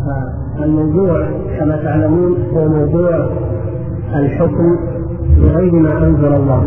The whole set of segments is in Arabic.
الموضوع كما تعلمون هو موضوع الحكم بغير ما أنزل الله،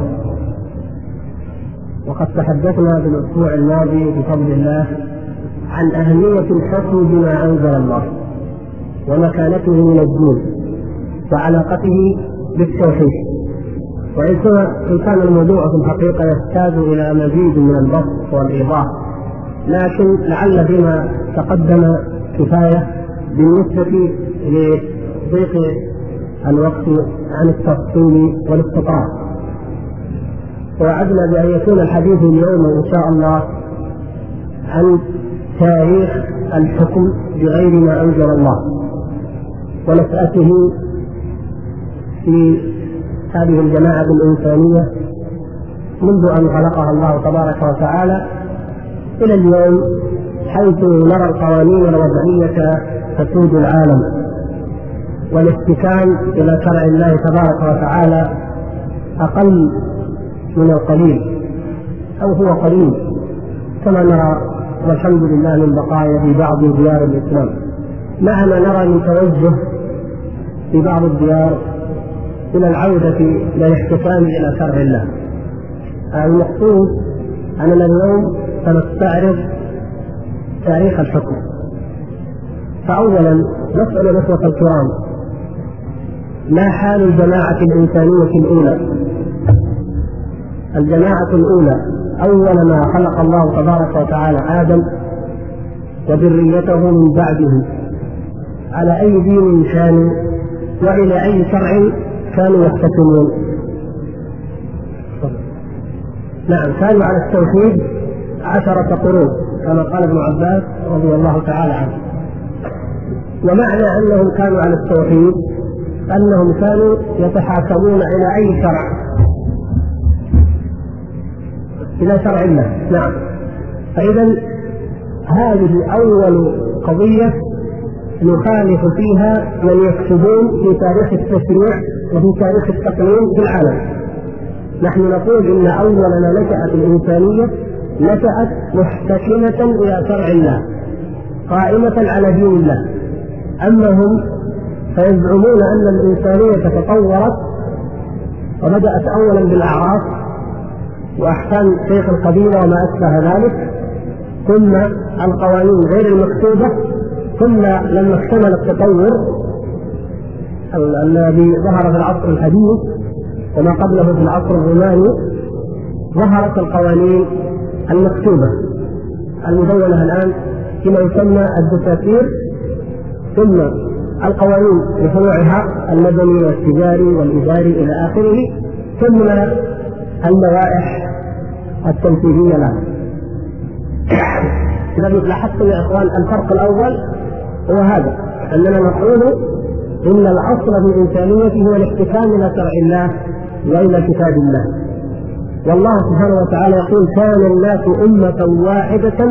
وقد تحدثنا بالأسبوع الماضي بفضل الله عن أهمية الحكم بما أنزل الله ومكانته من الدين وعلاقته بالتوحيد. وإن كان الموضوع في الحقيقة يحتاج إلى مزيد من البسط والإيضاح، لكن لعل بما تقدم كفاية بالنسبة لضيق الوقت عن التفصيل والاستطاعة. وعدنا بأن يكون الحديث اليوم إن شاء الله عن تاريخ الحكم بغير ما أنزل الله ونشأته في هذه الجماعة الإنسانية منذ أن خلقها الله تبارك وتعالى إلى اليوم، حيث نرى القوانين الوضعية تسود العالم والاحتكام إلى شرع الله تبارك وتعالى أقل من القليل أو هو قليل، كما نرى والحمد لله من بقايا في بعض ديار الإسلام، مع ما نرى من توجه في بعض الديار إلى العودة للاحتكام إلى شرع الله. المقصود أننا اليوم سنستعرض تاريخ الحكم. فأولا نسأل الأخوة الكرام، ما حال الجماعة الإنسانية الأولى؟ الجماعة الأولى أول ما خلق الله تبارك وتعالى آدم وذريته من بعده، على أي دين كانوا وإلى أي شرع كانوا يحتكمون؟ نعم، كانوا على التوحيد 10 قرون كما قال ابن عباس رضي الله تعالى عنه. ومعنى أنهم كانوا على التوحيد أنهم كانوا يتحاكمون إلى أي شرع؟ إلى شرع الله. نعم، فإذا هذه أول قضية نخالف فيها من يكتبون في تاريخ التشريع وفي تاريخ التقنين في العالم. نحن نقول إن أول ما نشأت الإنسانية نشأت محتكمة إلى شرع الله قائمة على دين الله. أما هم فيزعمون أن الإنسانية تطورت وبدأت أولا بالأعراف وأحكام شيخ القبيلة وما أشبه ذلك، ثم القوانين غير المكتوبة، ثم لما اكتمل التطور الذي ظهر في العصر الحديث وما قبله في العصر الروماني ظهرت القوانين المكتوبة المدونة الآن فيما يسمى الدساتير، ثم القوانين بفروعها المدني والتجاري والإداري إلى آخره، ثم اللوائح التنفيذية لها. إذا لاحظتم يا إخوان الفرق الأول هو هذا، أننا نقول إن الأصل في الإنسانية هو الاحتكام إلى شرع الله وإلى كتاب الله. والله سبحانه وتعالى يقول كان الناس أمة واحدة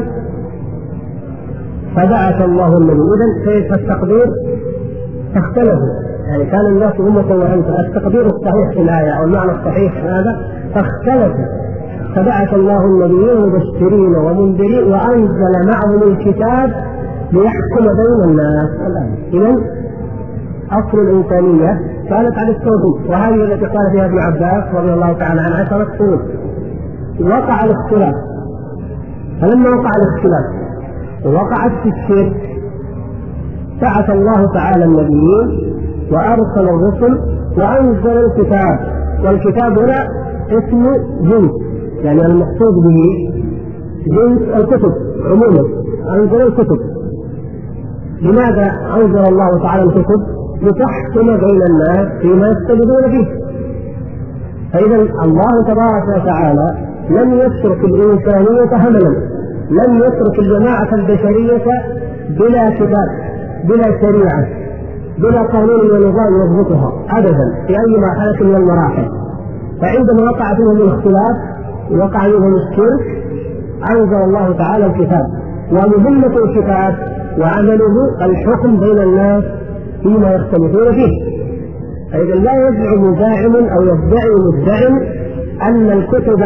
فبعث الله النبي. إذن فالتقدير اختلفوا، يعني كان الناس أمة واحدة، التقدير الصحيح في الآية أو المعنى الصحيح هذا فاختلفوا، فبعث الله النبيين مبشرين ومنذرين وأنزل معهم الكتاب ليحكم بين الناس. إذن أصل الإنسانية كانت على التوحيد، وهذه التي قال فيها ابن عباس رضي الله تعالى عن 10 قرون. وقع الاختلاف، فلما وقع الاختلاف وقعت في الشرك بعث الله تعالى النبيين وأرسل الرسل وأنزل الكتاب. والكتاب هنا اسم جنس، يعني المقصود به جنس الكتب عموما، أنزل الكتب. لماذا أنزل الله تعالى الكتب؟ لتحكم بين الناس فيما يختلفون فيه. فإذا الله تبارك وتعالى لم يترك الإنسانية هملا، لم يترك الجماعة البشرية بلا كتاب بلا شريعة بلا قانون ونظام يضبطها أبدا في أي مرحلة من المراحل. فعندما وقع فيهم الاختلاف وقع فيهم الشرك أنزل الله تعالى الكتاب، ومهمة الكتاب وعمله الحكم بين الناس فيما يختلفون فيه. فإذا لا يزعم زاعم أو يدعي مدعي أن الكتب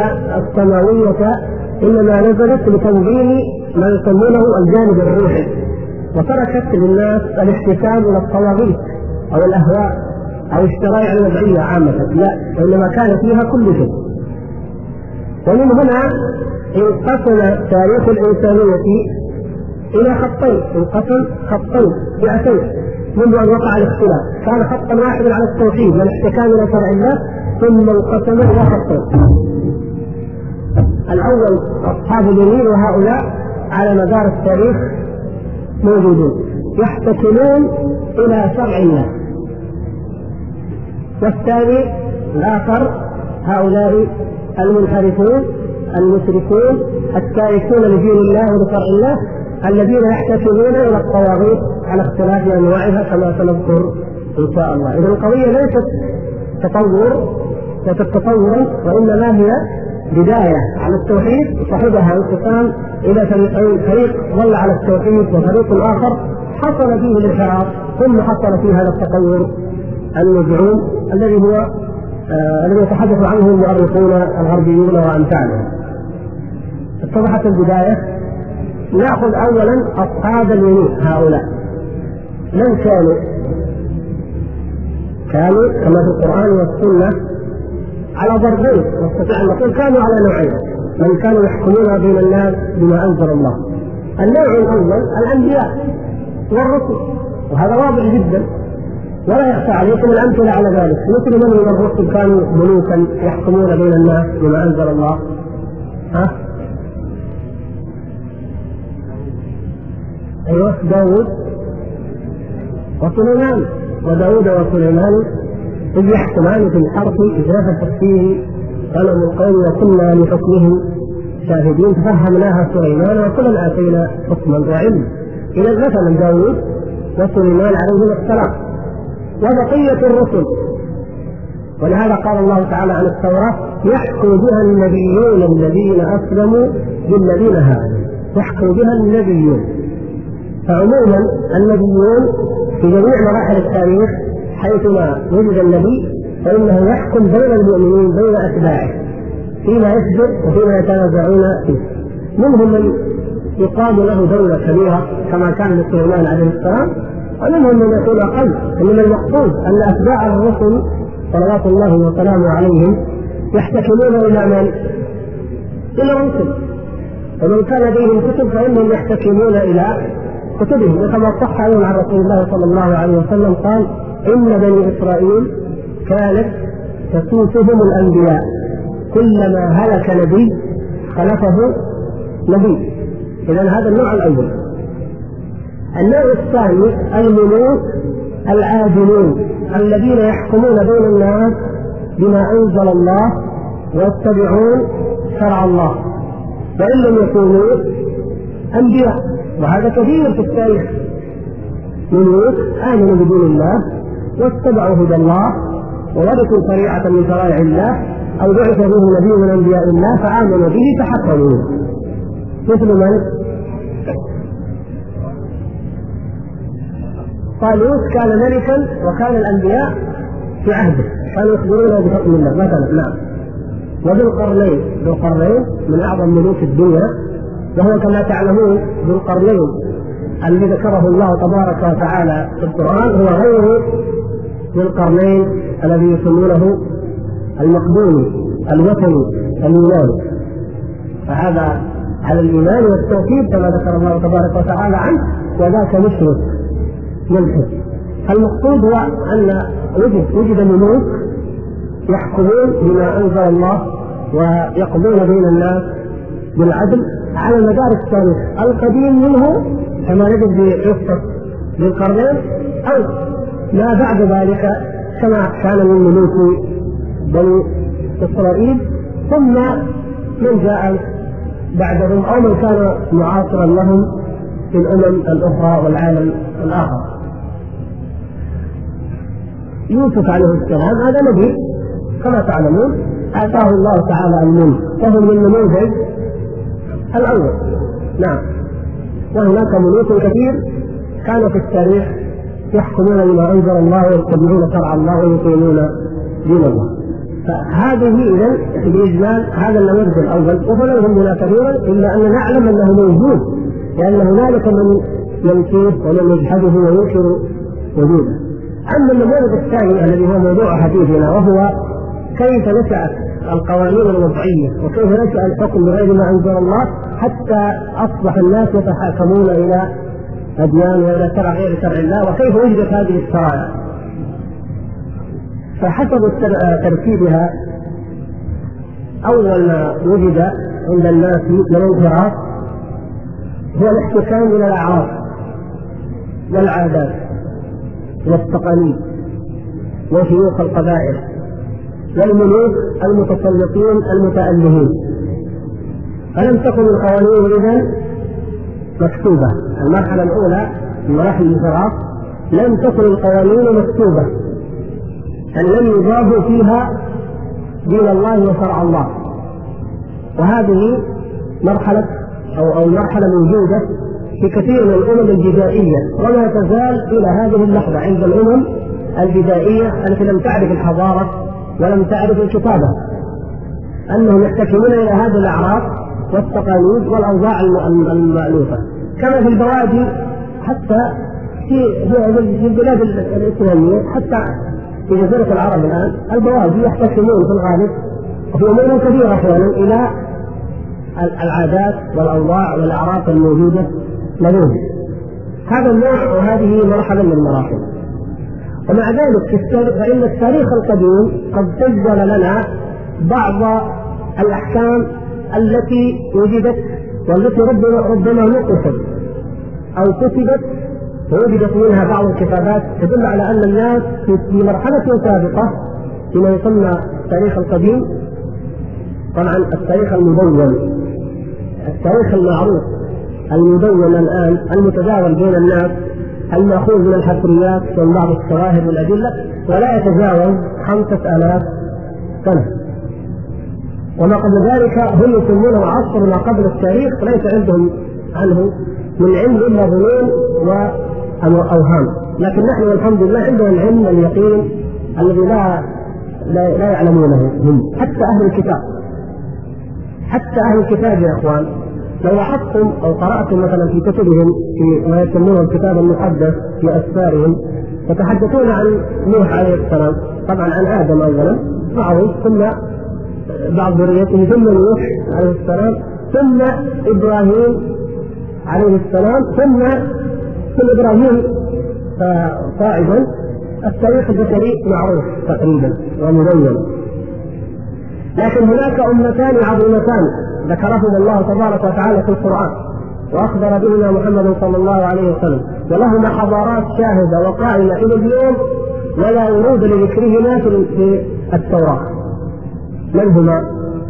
السماوية إنما نزلت لتنظيم ما يسمونه الجانب الروحي وتركت للناس الاحتكام إلى الطواغيت أو الأهواء أو الشرائع الوضعية عامة، لا، وإنما كان فيها كل شيء. ومن هنا انقسم تاريخ الإنسانية إلى خطين، انقسم خطين فئتين منذ أن وقع الاختلاف. كان خطا واحدا على التوحيد والاحتكام إلى شرع الله، ثم انقسم إلى خطين. الأول أصحاب اليمين، وهؤلاء على مدار التاريخ موجودون يحتكمون إلى شرع الله. والثاني الآخر هؤلاء المنحرفون المشركون التاركون لدين الله ولشرع الله، الذين يحتكمون إلى الطواغيت على اختلاف أنواعها كما سنذكر إن شاء الله. إذا القضية ليست تطورا، وإنما هي بداية على التوحيد صاحبها انقسام إلى فريقين، فريق ظل على التوحيد وفريق آخر حصل فيه الانحراف، ثم حصل فيه هذا التطور المزعوم الذي هو الذي يتحدث عنه المؤرخون الغربيون وأمثالهم. اتضحت البداية. نأخذ أولا أصحاب اليمين. هؤلاء من كانوا كما في القرآن والسنة على ضربين، نستطيع أن نقول كانوا على نوعين: من كانوا يحكمون بين الناس بما أنزل الله. النوع الأول الأنبياء والرسل، وهذا واضح جدا ولا يخفى عليكم الأمثلة على ذلك. مثل من من الرسل كانوا ملوكا يحكمون بين الناس بما أنزل الله؟ أيوة، داود وسليمان. وداود وسليمان إذ يحكمان في الحرث إذ نفخت فيه غنم القوم وكنا لحكمهم شاهدين ففهمناها سليمان وكلا آتينا حكما وعلما. إذا مثلا داود وسليمان عليهما السلام وبقية الرسل. ولهذا قال الله تعالى عن التوراة: يحكم بها النبيون الذين أسلموا للذين هادوا. يحكم بها النبيون. فعموما النبيون في جميع مراحل التاريخ حيثما وجد النبي فإنه يحكم بين المؤمنين بين أتباعه فيما يصدر وفيما يتنازعون فيه. منهم من يقام له دولة كبيرة كما كان لسليمان عليه السلام، ومنهم من يكون أقل. إنما المقصود أن أتباع الرسل صلوات الله وسلامه عليهم يحتكمون إلى من؟ إلى الرسل. ومن كان لديهم كتب فإنهم يحتكمون إلى كتبهم. وكما صح أيضا عن رسول الله صلى الله عليه وسلم قال: إن بني إسرائيل كانت تسوسهم الأنبياء، كلما هلك نبي خلفه نبي. إذا هذا النوع الأول. النوع الثاني الملوك العادلون الذين يحكمون بين الناس بما أنزل الله ويتبعون شرع الله، وإن لم يكونوا أنبياء. وهذا كثير في التاريخ. ملوك آمنوا بدين الله واتبعوا هدى الله وورثوا شريعة من شرائع الله أو بعث بهم نبي من أنبياء الله فآمنوا به فحكموا. مثل من؟ طالوت كان ملكا وكان الأنبياء في عهده كانوا يخبرونه بحكم الله مثلا. نعم. وذو القرنين من أعظم ملوك الدنيا، وهو كما تعلمون ذو القرنين الذي ذكره الله تبارك وتعالى في القرآن هو غير ذو القرنين الذي يسمونه المقدوني الوثني اليوناني. فهذا على الإيمان والتوحيد كما ذكر الله تبارك وتعالى عنه، وذاك مشرك ملحد. المقصود هو أن وجد ملوك يحكمون بما أنزل الله ويقضون بين الناس بالعدل على مدار التاريخ القديم منه كما نجد في قصة ذي القرنين، أو ما بعد ذلك كما كان من ملوك بني إسرائيل، ثم من جاء بعدهم أو من كان معاصرا لهم في الأمم الأخرى والعالم الآخر. يوسف عليه السلام هذا نبي كما تعلمون، آتاه الله تعالى الملك وهو من النموذج الأول. نعم. وهناك ملوك كثير كانوا في التاريخ يحكمون بما أنزل الله ويتبعون شرع الله ويقيمون دين الله. فهذه إذن بإجمال هذا النموذج الأول، وفلا يهمنا كثيرا إلا أن نعلم أنه موجود، لأن هنالك من ينفيه ومن يجحده وينكر وجوده. أما النموذج الثاني الذي هو موضوع حديثنا، وهو كيف نشأت القوانين الوضعية وكيف نشأ الحكم بغير ما أنزل الله حتى أصبح الناس يتحاكمون إلى أديان وإلى شرع غير شرع الله، وكيف وجدت هذه الشرائع. فحسب ترتيبها، أول ما وجد عند الناس من الانحراف هو الاحتكام إلى الأعراف والعادات والتقاليد وشيوخ القبائل والملوك المتسلطين المتألهين. فلم تكن القوانين إذن مكتوبة. المرحلة الأولى من مراحل الانحراف لم تكن القوانين مكتوبة، يعني لم يضاف فيها دين الله وشرع الله. وهذه مرحلة أو مرحلة موجودة في كثير من الأمم البدائية، وما تزال إلى هذه اللحظة عند الأمم البدائية التي لم تعرف الحضارة ولم تعرف الكتابة، أنهم يحتكمون إلى هذه الأعراف والتقاليد والأوضاع المألوفة. كما في البوادي، حتى في البلاد الإسلامية، حتى في جزيرة العرب الآن البوادي يحتكمون في الغالب وفي أمور كثيرة أحيانا إلى العادات والأوضاع والأعراف الموجودة لديهم. هذا النوع وهذه مرحلة من المراحل. ومع ذلك فإن التاريخ القديم قد سجل لنا بعض الأحكام التي وجدت والتي ربما نقصت أو كتبت، ووجدت منها بعض الكتابات تدل على أن الناس في مرحلة سابقة فيما يسمى التاريخ القديم، طبعا التاريخ المدون، التاريخ المعروف المدون الآن المتداول بين الناس، المأخوذ من الحفريات ومن بعض الشواهد والأدلة، ولا يتجاوز 5000 سنة. وما قبل ذلك هم يسمونه عصر ما قبل التاريخ، ليس عندهم عنه من علم إلا ظنون وأوهام. لكن نحن والحمد لله عندنا العلم اليقين الذي لا يعلمونه هم، حتى أهل الكتاب. حتى أهل الكتاب يا إخوان، لو لاحظتم أو قرأتم مثلا في كتبهم في ما يسمونه الكتاب المقدس في أسفارهم، يتحدثون عن نوح عليه السلام، طبعا عن آدم أولا معروف، ثم بعض ذريته، ثم نوح عليه السلام، ثم إبراهيم عليه السلام، ثم إبراهيم صاعدا. التاريخ البشري معروف تقريبا ومبين. لكن هناك أمتان عظيمتان ذكرهم الله تبارك وتعالى في القرآن وأخبر بهما محمد صلى الله عليه وسلم، ولهما حضارات شاهدة وقائمة إلى اليوم ولا ورود لذكرهما في التوراة. من هما؟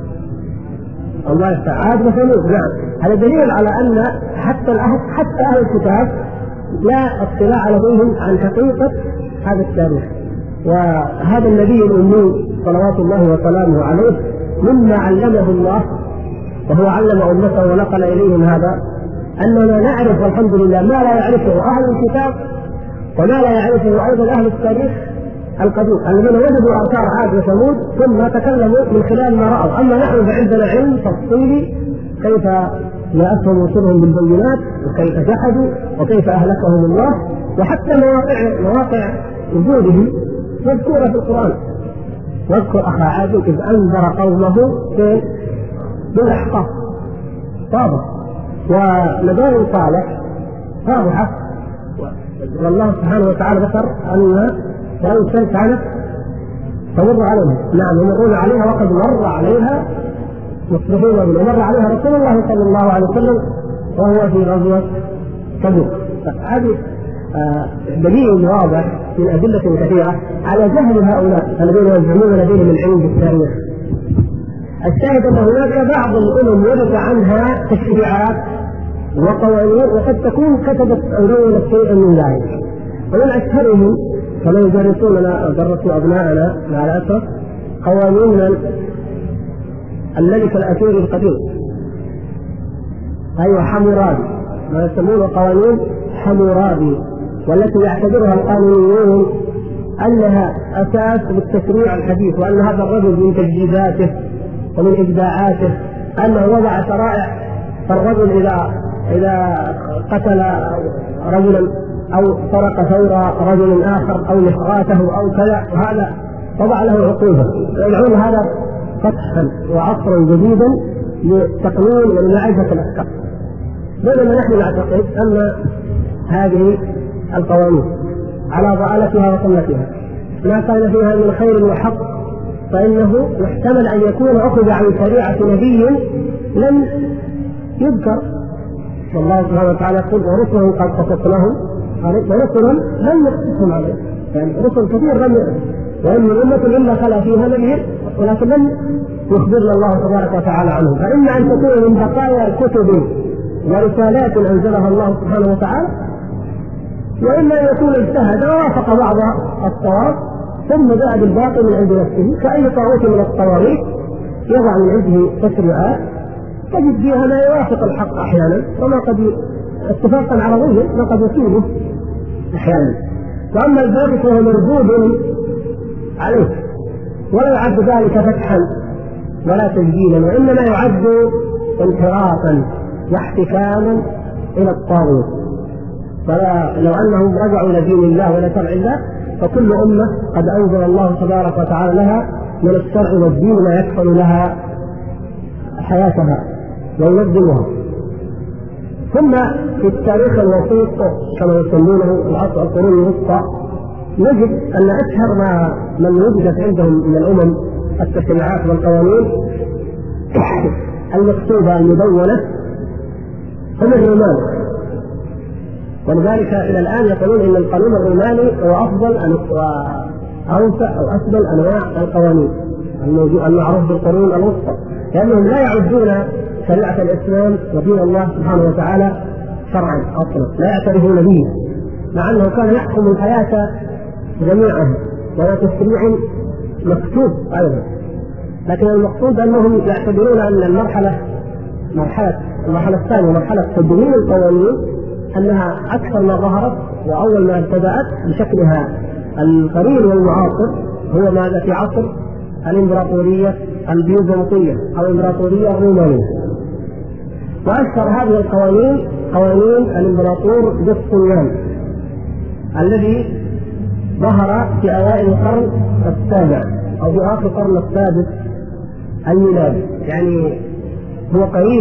الله تعالى وثمود. نعم، هذا دليل على أن حتى أهل الكتاب لا اطلاع لديهم عن حقيقة هذا التاريخ. وهذا النبي الأمي صلوات الله وسلامه عليه مما علمه الله وهو علم أمته ونقل إليهم هذا، أننا نعرف والحمد لله ما لا يعرفه أهل الكتاب وما لا يعرفه أيضا أهل التاريخ القديم الذين وجدوا آثار عاد وثمود ثم تكلموا من خلال ما رأوا. أما نحن فعندنا علم تفصيلي كيف جاءتهم رسلهم بالبينات وكيف جحدوا وكيف أهلكهم الله، وحتى مواقع وجوده مذكورة في القرآن. واذكر أخا عاد إذ أنذر قومه بالأحقاف، واضح. ومدائن صالح واضحة، والله سبحانه وتعالى ذكر أن الشمس كانت تمر عليها، نعم يمرون عليها وقد مر عليها مصبحين، ومر عليها رسول الله صلى الله عليه وسلم وهو في غزوة تبوك. هذه دليل واضح من أدلة كثيرة على جهل هؤلاء الذين يزعمون لديهم العلم بالتاريخ. الشاهد أن هناك بعض الأمم ورد عنها تشريعات وقوانين وقد تكون كتبت أو دونت شيئا من ذلك، ومن أشهرهم كما يدرسوننا درسوا أبناءنا مع الأسف قوانين الملك الأشوري القديم، أيوة حمورابي، ما يسمونه قوانين حمورابي، والتي يعتبرها القانونيون أنها أساس للتشريع الحديث، وأن هذا الرجل من تجديداته ومن إبداعاته أنه وضع شرائع، فالرجل إذا قتل رجلا أو سرق ثور رجل آخر أو مشغاته أو كذا، وهذا وضع له عقوبة، يدعون هذا فتحا وعصرا جديدا لتقنين ولمعرفة الأحكام. بينما نحن نعتقد أن هذه القوانين على ضالتها وقلتها ما كان فيها من خير وحق فإنه يحتمل أن يكون أخذ عن شريعة نبي لم يذكر، والله سبحانه وتعالى يقول ورسلا قد قصصناهم ورسلا لم نقصصهم عليه، يعني رسل كثير لم يقصص، وإن من أمة إلا خلا فيها نذير ولكن لم يخبرنا الله تبارك وتعالى عنهم. فإما أن تكون من بقايا كتب ورسالات أنزلها الله سبحانه وتعالى، وإما أن يكون اجتهد ووافق بعض الصواب ثم جاء بالباطل من عند نفسه، كأي طاغوت من الطواغيت يضع من عنده تشريعات تجد فيها ما يوافق الحق أحيانا، وما قد اتفاقا عرضيا ما قد يصيبه أحيانا. وأما الباطل فهو مردود عليه، ولا يعد ذلك فتحا ولا تسجيلا، وإنما يعد انحرافا واحتكاما إلى الطاغوت. فلو أنهم رجعوا إلى دين الله ولا شرع الله فكل أمة قد أنزل الله تبارك وتعالى لها من الشرع والدين ما يكفل لها حياتها وينظمها. ثم في التاريخ الوسيط كما يسمونه العصر القرون الوسطى نجد أن أشهر من وجدت عندهم من الأمم التشريعات والقوانين المكتوبة المدونة هم الرومان، ولذلك إلى الآن يقولون أن القانون الروماني هو أفضل وأوسع أو أسبل أنواع القوانين المعروف بالقرون الوسطى، لأنهم لا يعدون شريعة الإسلام ودين الله سبحانه وتعالى شرعا أصلا، لا يعترفون به، مع أنه كان يحكم الحياة جميعها ولا تشريع مكتوب أيضا. لكن المقصود أنهم يعتبرون أن المرحلة الثانية مرحلة تدوين القوانين أنها أكثر ما ظهرت وأول ما ابتدأت بشكلها القريب والمعاصر هو ماذا في عصر الإمبراطورية البيزنطية أو الإمبراطورية الرومانية. وأشهر هذه القوانين قوانين الإمبراطور جسطنيان الذي ظهر في أوائل القرن السابع أو في آخر القرن السادس الميلادي، يعني هو قريب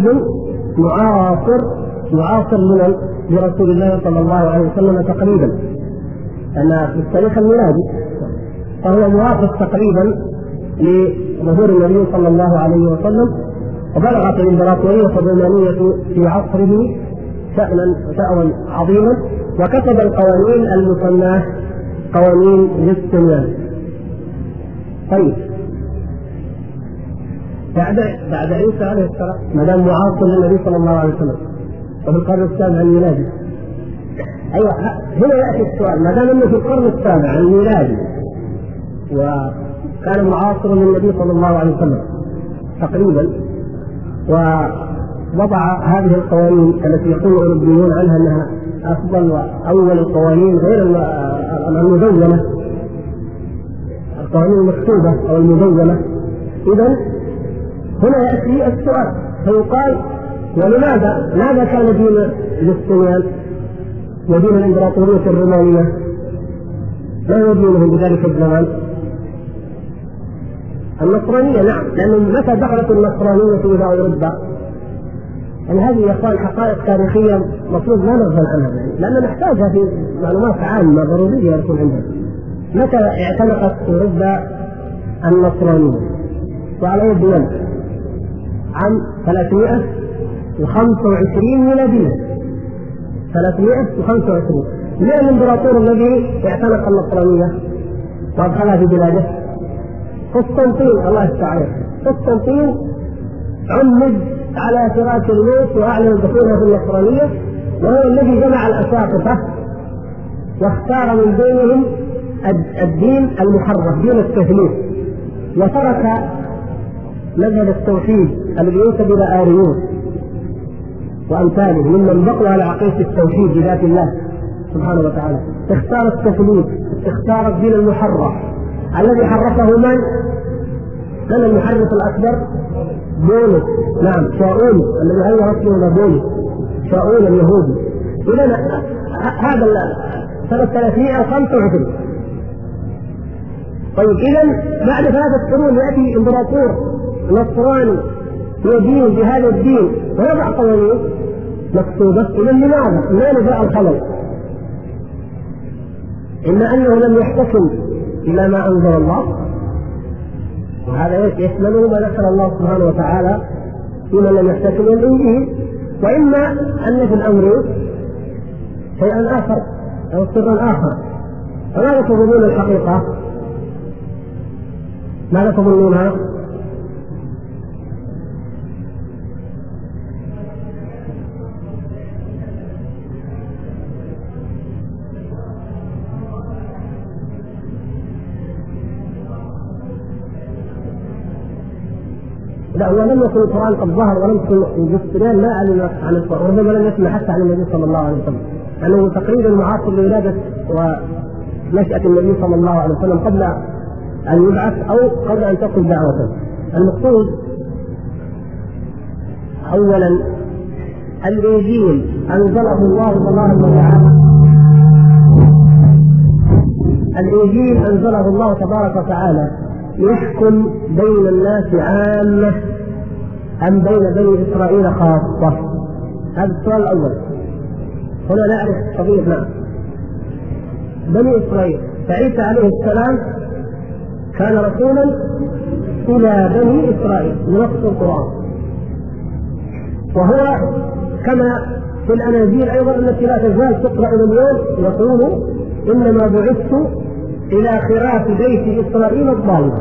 معاصر لرسول الله صلى الله عليه وسلم تقريبا، أنا في التاريخ الميلادي فهو موافق تقريبا لظهور النبي صلى الله عليه وسلم. وبلغت الإمبراطورية الرومانية في عصره شأنا عظيما، وكتب القوانين المسماة قوانين جسطنيان. طيب بعد عيسى عليه السلام ما دام معاصر للنبي صلى الله عليه وسلم وفي القرن السابع الميلادي، أيوة هنا يأتي السؤال، ما دام أنه في القرن السابع الميلادي وكان معاصرا للنبي صلى الله عليه وسلم تقريبا، ووضع هذه القوانين التي يقول الأوروبيون عنها أنها أفضل وأول القوانين غير المدونة، القوانين المكتوبة أو المدونة، إذن هنا يأتي السؤال فيقال ماذا كان دين جسطنيان ودين الإمبراطورية الرومانية؟ ما هو دينهم بذلك الزمان؟ النصرانية، نعم، لأنه متى دخلت النصرانية إلى أوروبا؟ يعني هذه يا إخوان حقائق تاريخية مفروض لا نغفل عنها، لأن نحتاجها في معلومات عامة ضرورية يكون عندنا. متى اعتنقت أوروبا النصرانية؟ وعلى يد من؟ عام 325 ميلادية، 325. من الإمبراطور الذي اعتنق النصرانية وأدخلها في بلاده؟ قسطنطين، الله يستعان. قسطنطين عمد على فراش الموت وأعلن دخوله في النصرانية، وهو الذي جمع الأساقفة واختار من بينهم الدين المحرف، دين التثليث، وترك مذهب التوحيد الذي ينسب إلى آريوس وأمثاله ممن بقوا على عقيدة التوحيد بذات الله سبحانه وتعالى. اختار التثليث، اختار الدين المحرف الذي حرفه من المحرف الأكبر؟ بولس، نعم، شاؤول الذي غير اسمه بولس، شاؤول اليهودي. إذن هذا سنة 325. طيب إذا بعد 3 قرون يأتي إمبراطور نصراني يدين بهذا الدين ويضع قوانين مكتوبة. إذا لماذا؟ لماذا جاء الخلل؟ إما أنه لم يحتكم إلى ما أنزل الله، وهذا يشمله ما ذكر الله سبحانه وتعالى فيما لم يحتكم الإنجيل، وإما أن في الأمر شيئا آخر أو سرا آخر. فماذا تظنون الحقيقة؟ ماذا تظنونها؟ لا، هو لم يكن القرآن قد ظهر ولم يكن الجستريان لا أعلم عن القرآن، وربما لم يسمع حتى عن النبي صلى الله عليه وسلم، لأنه تقريبا معاصر لولادة ونشأة النبي صلى الله عليه وسلم قبل أن يبعث أو قبل أن تكون دعوته. المقصود أولا الإنجيل أنزله الله تبارك وتعالى، الإنجيل أنزله الله تبارك وتعالى يحكم بين الناس عامة أم بين بني إسرائيل خاصة؟ هذا السؤال الأول. هنا نعرف قضية بني إسرائيل، فعيسى عليه السلام كان رسولا إلى بني إسرائيل بنص القرآن، وهو كما في الأناجيل أيضا التي لا تزال تقرأ إلى اليوم يقول إنما بعثت إلى خراف بيت إسرائيل الضالة.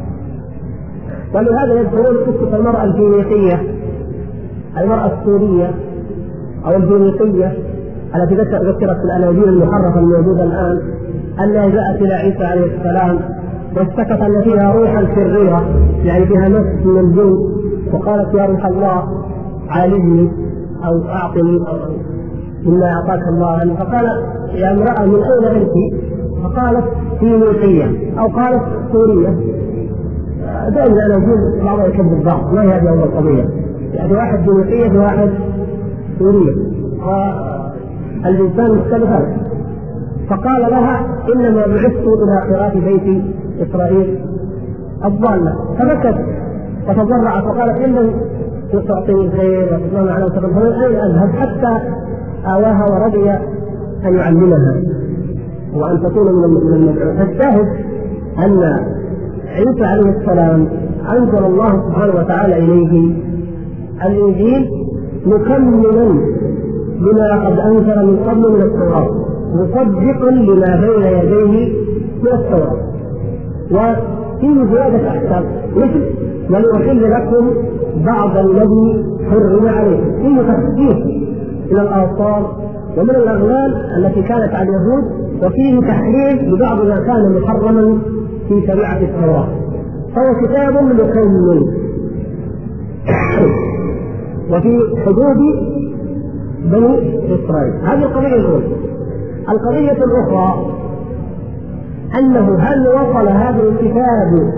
ولهذا يذكرون قصة المرأة الفينيقية، المرأة السورية أو الفينيقية التي ذكرت في الأناجيل المحرفة الموجودة الآن، أنها جاءت إلى عيسى عليه السلام واستكت أن فيها روحا شريرة، يعني فيها نفس من الجن، وقالت يا روح الله عالجني أو أعطني مما أعطاك الله. فقال يا امرأة من أين أنت؟ فقالت فينيقية أو قالت سورية. دائما الأناجيل بعضها يكذب بعض، ما هي هذه أول قضية، يعني واحد فينيقية وواحد سورية والإنسان مختلفان. فقال لها إنما بعثت إلى خراف بيت إسرائيل الضالة، فبكت وتضرعت وقالت إن لم تعطيني الخير وتطلع على وتقول فمن أين أذهب؟ حتى آواها ورضي أن يعلمها وأن تكون من المدعوين. فالشاهد أن عيسى عليه السلام أنزل الله سبحانه وتعالى إليه الإنجيل مكملا لما قد أنزل من قبل من التوراة، مصدقا لما بين يديه من التوراة، وفيه زيادة أحكام مثل ولأحل لكم بعض الذي حرم عليكم، فيه تخفيف من الآثار ومن الأغلال التي كانت على اليهود، وفيه تحليل لبعض ما كان محرما في شريعة التوراة، فهو كتاب مكمل وفي حدود بني إسرائيل. هذه القضية الأولى. القضية الأخرى أنه هل وصل هذا الكتاب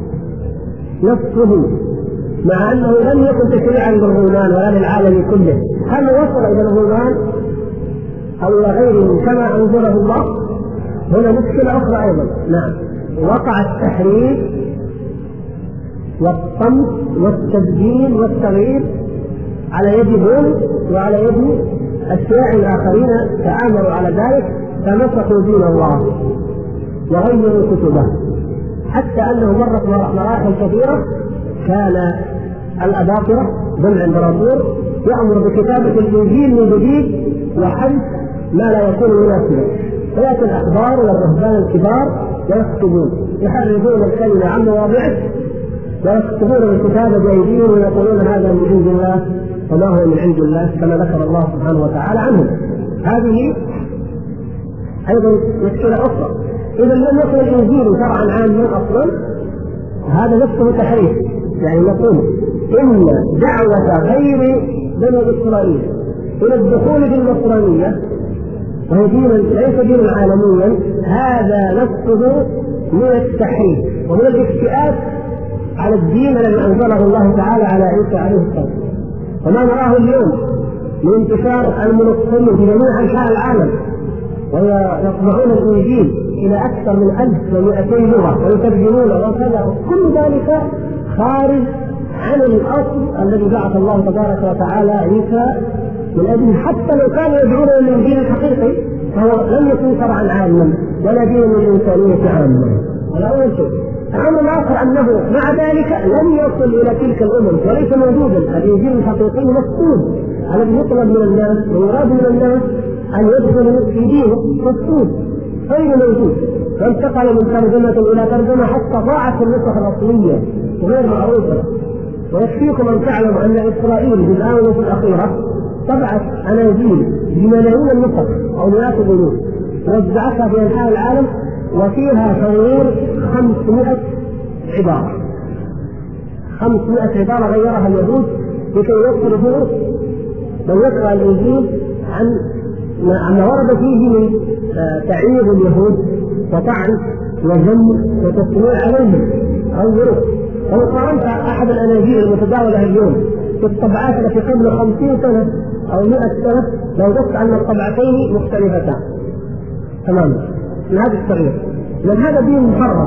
نفسه مع أنه لم يكن تشريعا للرومان ولا للعالم كله، هل وصل إلى الرومان أو إلى غيرهم كما أنزله الله؟ هنا مشكلة أخرى أيضا. نعم، وقع التحريف والصمت والتبديل والتغيير على يد بول وعلى يد أشياء الآخرين تعاملوا على ذلك، فمسخوا دين الله وغيروا كتبه، حتى أنه مرت مراحل كثيرة كان الأباطرة جمع إمبراطور يأمر بكتابة الإنجيل من جديد وحذف ما لا يكون مناسبا، فيأتي الأحبار والرهبان الكبار ويكتبون يحرفون الكلمة عن مواضعه ويكتبون الكتاب بأيديهم ويقولون هذا من عند الله وما هو من عند الله كما ذكر الله سبحانه وتعالى عنهم. هذه أيضا مشكلة أخرى. إذا لم يكن الإنجيل شرعا عاما أصلا، هذا نفسه تحريف. يعني نقول إن دعوة غير بني إسرائيل إلى الدخول في النصرانية وهي دين ليس دينا عالميا، هذا نفسه من التحريف ومن الافتئات على الدين الذي أنزله الله تعالى على عيسى عليه السلام. وما نراه اليوم لانتشار المنصرين في جميع أنحاء العالم، ويطبعون الإنجيل إلى أكثر من 1200 لغة ويترجمونه وكذا، كل ذلك خارج عن الأصل الذي بعث الله تبارك وتعالى عيسى من أجله. حتى لو كانوا يدعون إلى الإنجيل الحقيقي فهو لم يكن شرعا عاما ولا دين الإنسانية عاما. هذا أول شيء. الأمر الآخر أنه مع ذلك لم يصل إلى تلك الأمم وليس موجودا. الإنجيل الحقيقي مفقود الذي يطلب من الناس ويراد من الناس أن يدخلوا في دينه مفقود غير موجود، وانتقل من ترجمة إلى ترجمة حتى ضاعت النسخ الأصلية غير معروفة. ويكفيكم أن تعلموا أن إسرائيل في الآونة الأخيرة طبعت أناجيل بملايين النسخ أو مئات الألوف ووزعتها في أنحاء العالم، وفيها تغيير 500 عبارة. 500 عبارة غيرها اليهود لكي يصرفوا من يقرأ الإنجيل عن ما ورد فيه من تعيير اليهود وطعن وذم وتسميع عليهم غيروه. ولو قارنت أحد الأناجيل المتداولة اليوم في الطبعات التي قبل 50 سنة أو 100 سنة لوجدت أن الطبعتين مختلفتان تماما من هذا التغيير، لأن هذا دين محرم.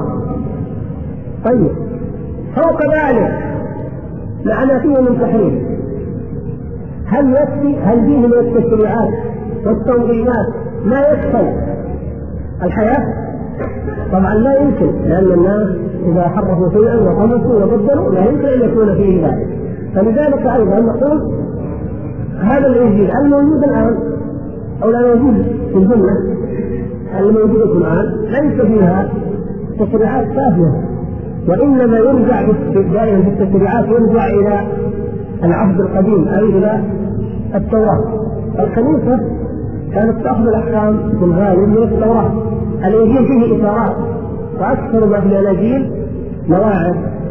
طيب فوق ذلك مع ما فيه من تحريم، هل يكفي؟ هل فيه من التشريعات والتنظيمات ما يكفي الحياة؟ طبعا لا يمكن، لأن الناس إذا حرفوا شيئا وطمسوا وبدلوا لا يمكن أن يكون فيه ذلك. فلذلك أيضا نقول هذا الإنجيل الموجود الآن أو لا موجود في الجملة الموجودة الآن ليس فيها تشريعات كافية، وإنما يرجع دائما في التشريعات يرجع إلى العهد القديم أي إلى التوراة. الكنيسة كانت تأخذ الأحكام بالغالب من التوراة. الإنجيل فيه إشارات وأكثر ما في الأناجيل مواعظ.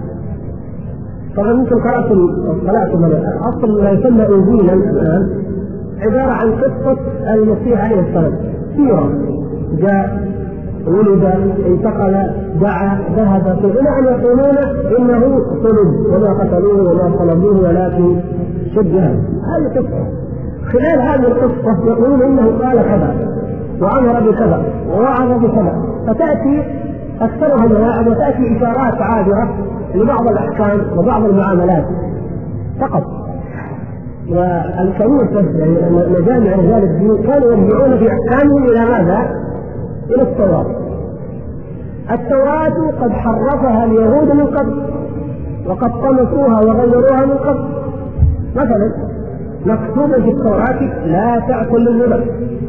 طبعا يمكن قرأتم أصل ما يسمى إنجيلا الآن عبارة عن قصة المسيح عليه السلام، سيرة جاء ولد انتقل دعا ذهب إلى أن يقولون إنه صلب وما قتلوه وما صلبوه ولكن شبه. هذه قصة. خلال هذه القصة يقولون إنه قال كذا وأمر بكذا ووعظ بكذا، فتأتي أكثرها مواعظ وتأتي إشارات عابرة لبعض الأحكام وبعض المعاملات فقط. والكنيسة يعني مجامع رجال الدين كانوا يرجعون في أحكامهم إلى ماذا؟ إلى التوراة. التوراة قد حرفها اليهود من قبل وقد طمسوها وغيروها من قبل. مثلا مكتوب في التوراة لا تأكل الربا،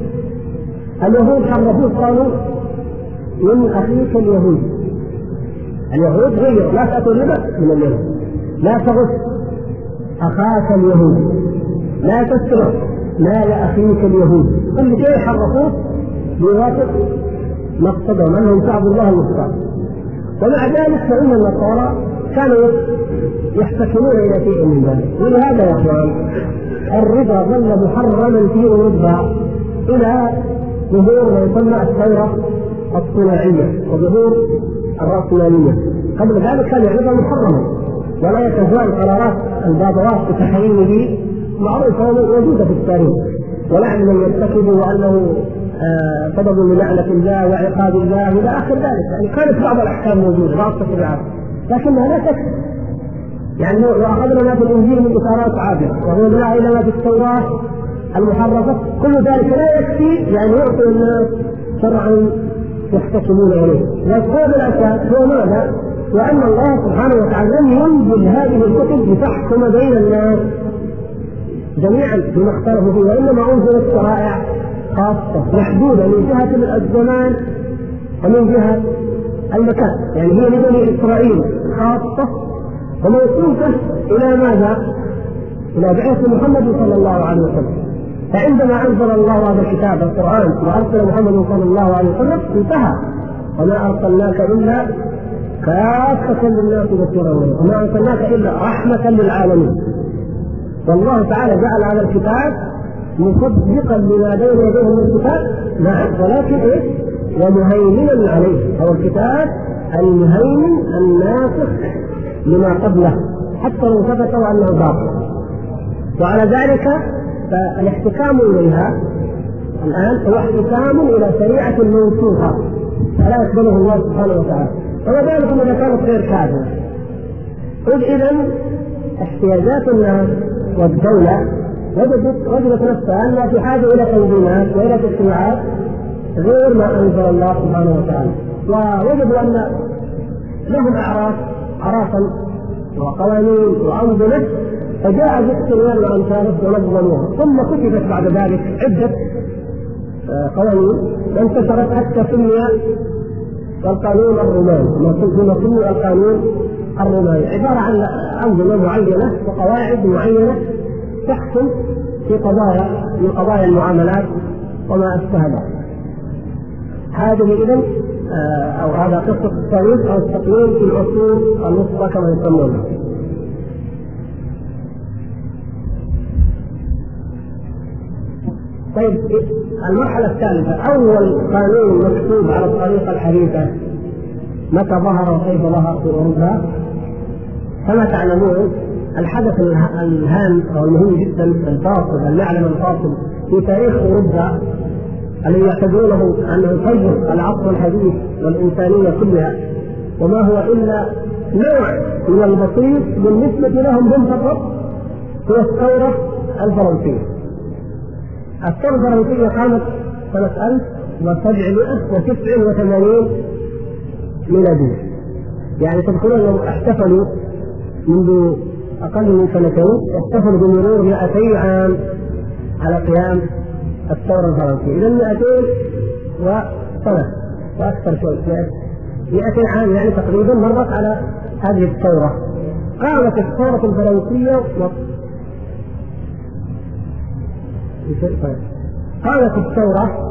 اليهود حرفوه قالوا من أخيك اليهود. اليهود غير لا تأكل الربا من اليهود، لا تغش أخاك اليهود، لا تسرق مال أخيك اليهود. كل شيء حرفوه بواسطة مقصدهم أنهم شعب الله المختار. ومع ذلك فإن النصارى كانوا يحتكمون إلى شيء من ذلك. ولهذا يا أخوان الربا ظل محرما في أوروبا إلى ظهور ما يسمى الثورة الصناعية وظهور الرأسمالية. قبل ذلك كان الربا محرما ولا يتزال قرارات البابوات بتحريمه معروفة وموجودة في التاريخ، ولعن من يرتكب وأنه سبب للعنة الله وعقاب الله إلى آخر ذلك. يعني كانت بعض الأحكام موجودة بعض التشريعات لكنها لا تكفي. يعني لو أخذنا ما في الإنجيل من إشارات عابرة وغيرنا إلى ما في التوراة المحرفة، كل ذلك لا يكفي يعني يعطي الناس شرعا يحتكمون إليه. والقول الأساس هو ماذا؟ وأن الله سبحانه وتعالى لم ينزل هذه الكتب لتحكم بين الناس جميعا بما اختلفوا فيه، وإنما أنزلت شرائع خاصة محدودة من جهة الزمان ومن جهة المكان. يعني هي لبني إسرائيل خاصة وموصوفة إلى ماذا؟ إلى بعثة محمد صلى الله عليه وسلم. فعندما أنزل الله هذا الكتاب القرآن وأرسل محمد صلى الله عليه وسلم انتهى. وما أرسلناك إلا كافة للناس بشيرا ونذيرا وما أرسلناك إلا رحمة للعالمين. والله تعالى جعل هذا الكتاب مصدقا لما بين يديه من الكتاب، نعم، ولكن ايه؟ ومهيمنا عليه. هو الكتاب المهيمن الناسخ لما قبله حتى لو ثبت انه باطل. وعلى ذلك فالاحتكام إليها الآن هو احتكام إلى شريعة منسوخة فلا يقبله الله سبحانه وتعالى، وذلك إذا كانت غير كافية. إذن احتياجات الناس والدولة وجدت نفسها أنها في حاجة إلى تنظيمات وإلى تشريعات غير ما أنزل الله سبحانه وتعالى، ووجدوا أن لهم أعرافا وقوانين وأنظمة، فجاء باحتمال وأمثاله ونظموها، ثم كتبت بعد ذلك عدة قوانين وانتشرت حتى سمي القانون الروماني، بما سمي القانون الروماني، عبارة عن أنظمة معينة وقواعد معينة تحكم في قضايا من قضايا المعاملات وما أشبه ذلك. هذه إذن أو هذا قصة التاريخ أو التقييم في العصور الوسطى كما يسمونها. طيب المرحلة الثالثة، أول قانون مكتوب على الطريقة الحديثة متى ظهر وكيف ظهر في أوروبا؟ كما تعلمون الحدث الهام أو المهم جدا الفاصل المعلم الفاصل في تاريخ أوروبا الذي يعتبرونه أنه يفجر العصر الحديث والإنسانية كلها، وما هو إلا نوع من البسيط بالنسبة لهم هم فقط، هو الثورة الفرنسية. الثورة الفرنسية قامت سنة 1789 ميلادية، يعني تذكرون أنهم احتفلوا منذ أقل من سنتين، احتفلوا بمرور 200 عام على قيام الثورة الفرنسية. إذا 200 وسنة وأكثر شوي، 200 عام يعني تقريبا مرت على هذه الثورة. قامت الثورة الفرنسية قامت الثورة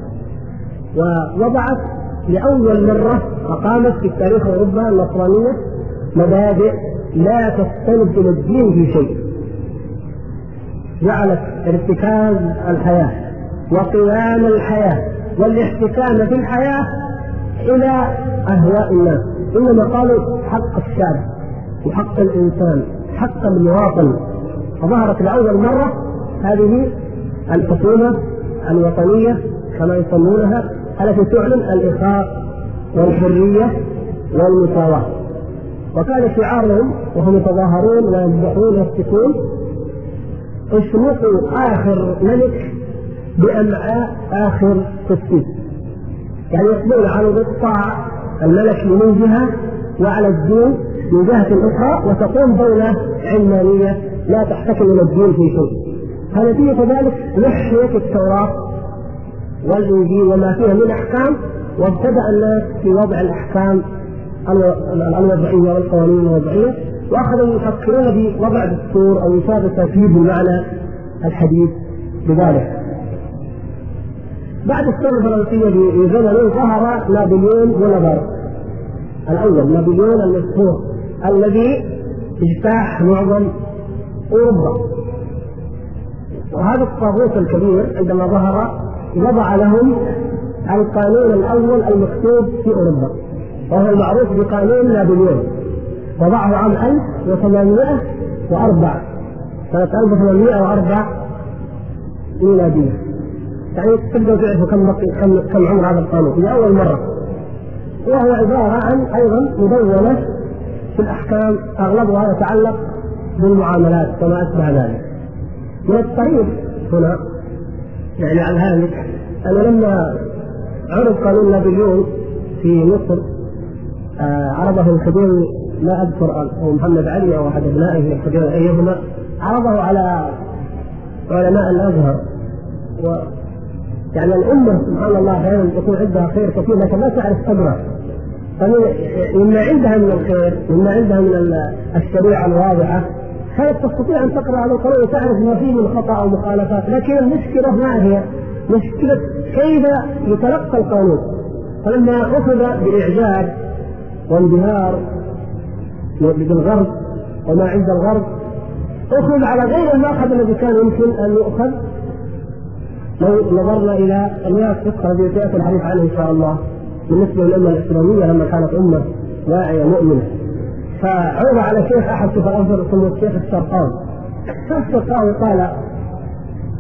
ووضعت لأول مرة أقامت في تاريخ أوروبا النصرانية مبادئ لا تستند إلى الدين في شيء، جعلت ارتكاز الحياة وقيام الحياة والاحتكام في الحياة إلى أهواء الناس، إنما قالوا حق الشعب وحق الإنسان حق المواطن. فظهرت لأول مرة هذه الحكومة الوطنية كما يسمونها التي تعلن الإخاء والحرية والمساواة، وكان شعارهم وهم يتظاهرون ويذبحون ويفتكون: اشرقوا آخر ملك بأمعاء آخر قسيس، يعني يقبلون على إقطاع الملك من جهة وعلى الدين من جهة أخرى، وتقوم دولة علمانية لا تحتكم إلى الدين في شيء. فنتيجة ذلك نحيت التوراة والإنجيل وما فيها من أحكام، وابتدأ الناس في وضع الأحكام الوضعية والقوانين الوضعية، وأخذوا يفكرون بوضع دستور أو إنشاء ترتيب بالمعنى الحديث بذلك. بعد الثورة الفرنسية بزمن ظهر نابليون بونابرت الأول، نابليون المشهور الذي اجتاح معظم أوروبا. وهذا الطاغوت الكبير عندما ظهر وضع لهم القانون الأول المكتوب في أوروبا، وهو المعروف بقانون نابليون، وضعه عام 1804 سنة 1804 ميلادية. يعني تقدروا تعرفوا كم عمر هذا القانون لأول مرة. وهو عبارة عن أيضا مدونة في الأحكام أغلبها يتعلق بالمعاملات كما أشبه ذلك. من الطريف هنا يعني على هذا أنا لما عرض قانون نابليون في مصر عرضه الكبير لا أذكر أو محمد علي أو أحد أبنائه الكبير أيهما، عرضه على علماء الأزهر. يعني الأمة سبحان الله أحيانا يكون عندها خير كثير لكن لا تعرف قدره، مما عندها من الخير مما عندها من الشريعة الواضحة كانت تستطيع أن تقرأ على القانون وتعرف ما فيه من خطأ أو مخالفات. لكن المشكلة ما هي مشكلة كيف يتلقى القانون. فلما أخذ بإعجاب وانبهار بالغرب وما عند الغرب، أخذ على غير المأخذ الذي كان يمكن أن يؤخذ لو نظرنا إلى الناس فقه الذي سيأتي الحديث عنه إن شاء الله بالنسبة للأمة الإسلامية لما كانت أمة واعية مؤمنة. فعرض على شيخ أحد شيخ الأزهر اسمه الشيخ الشرقاوي. الشيخ الشرقاوي قال: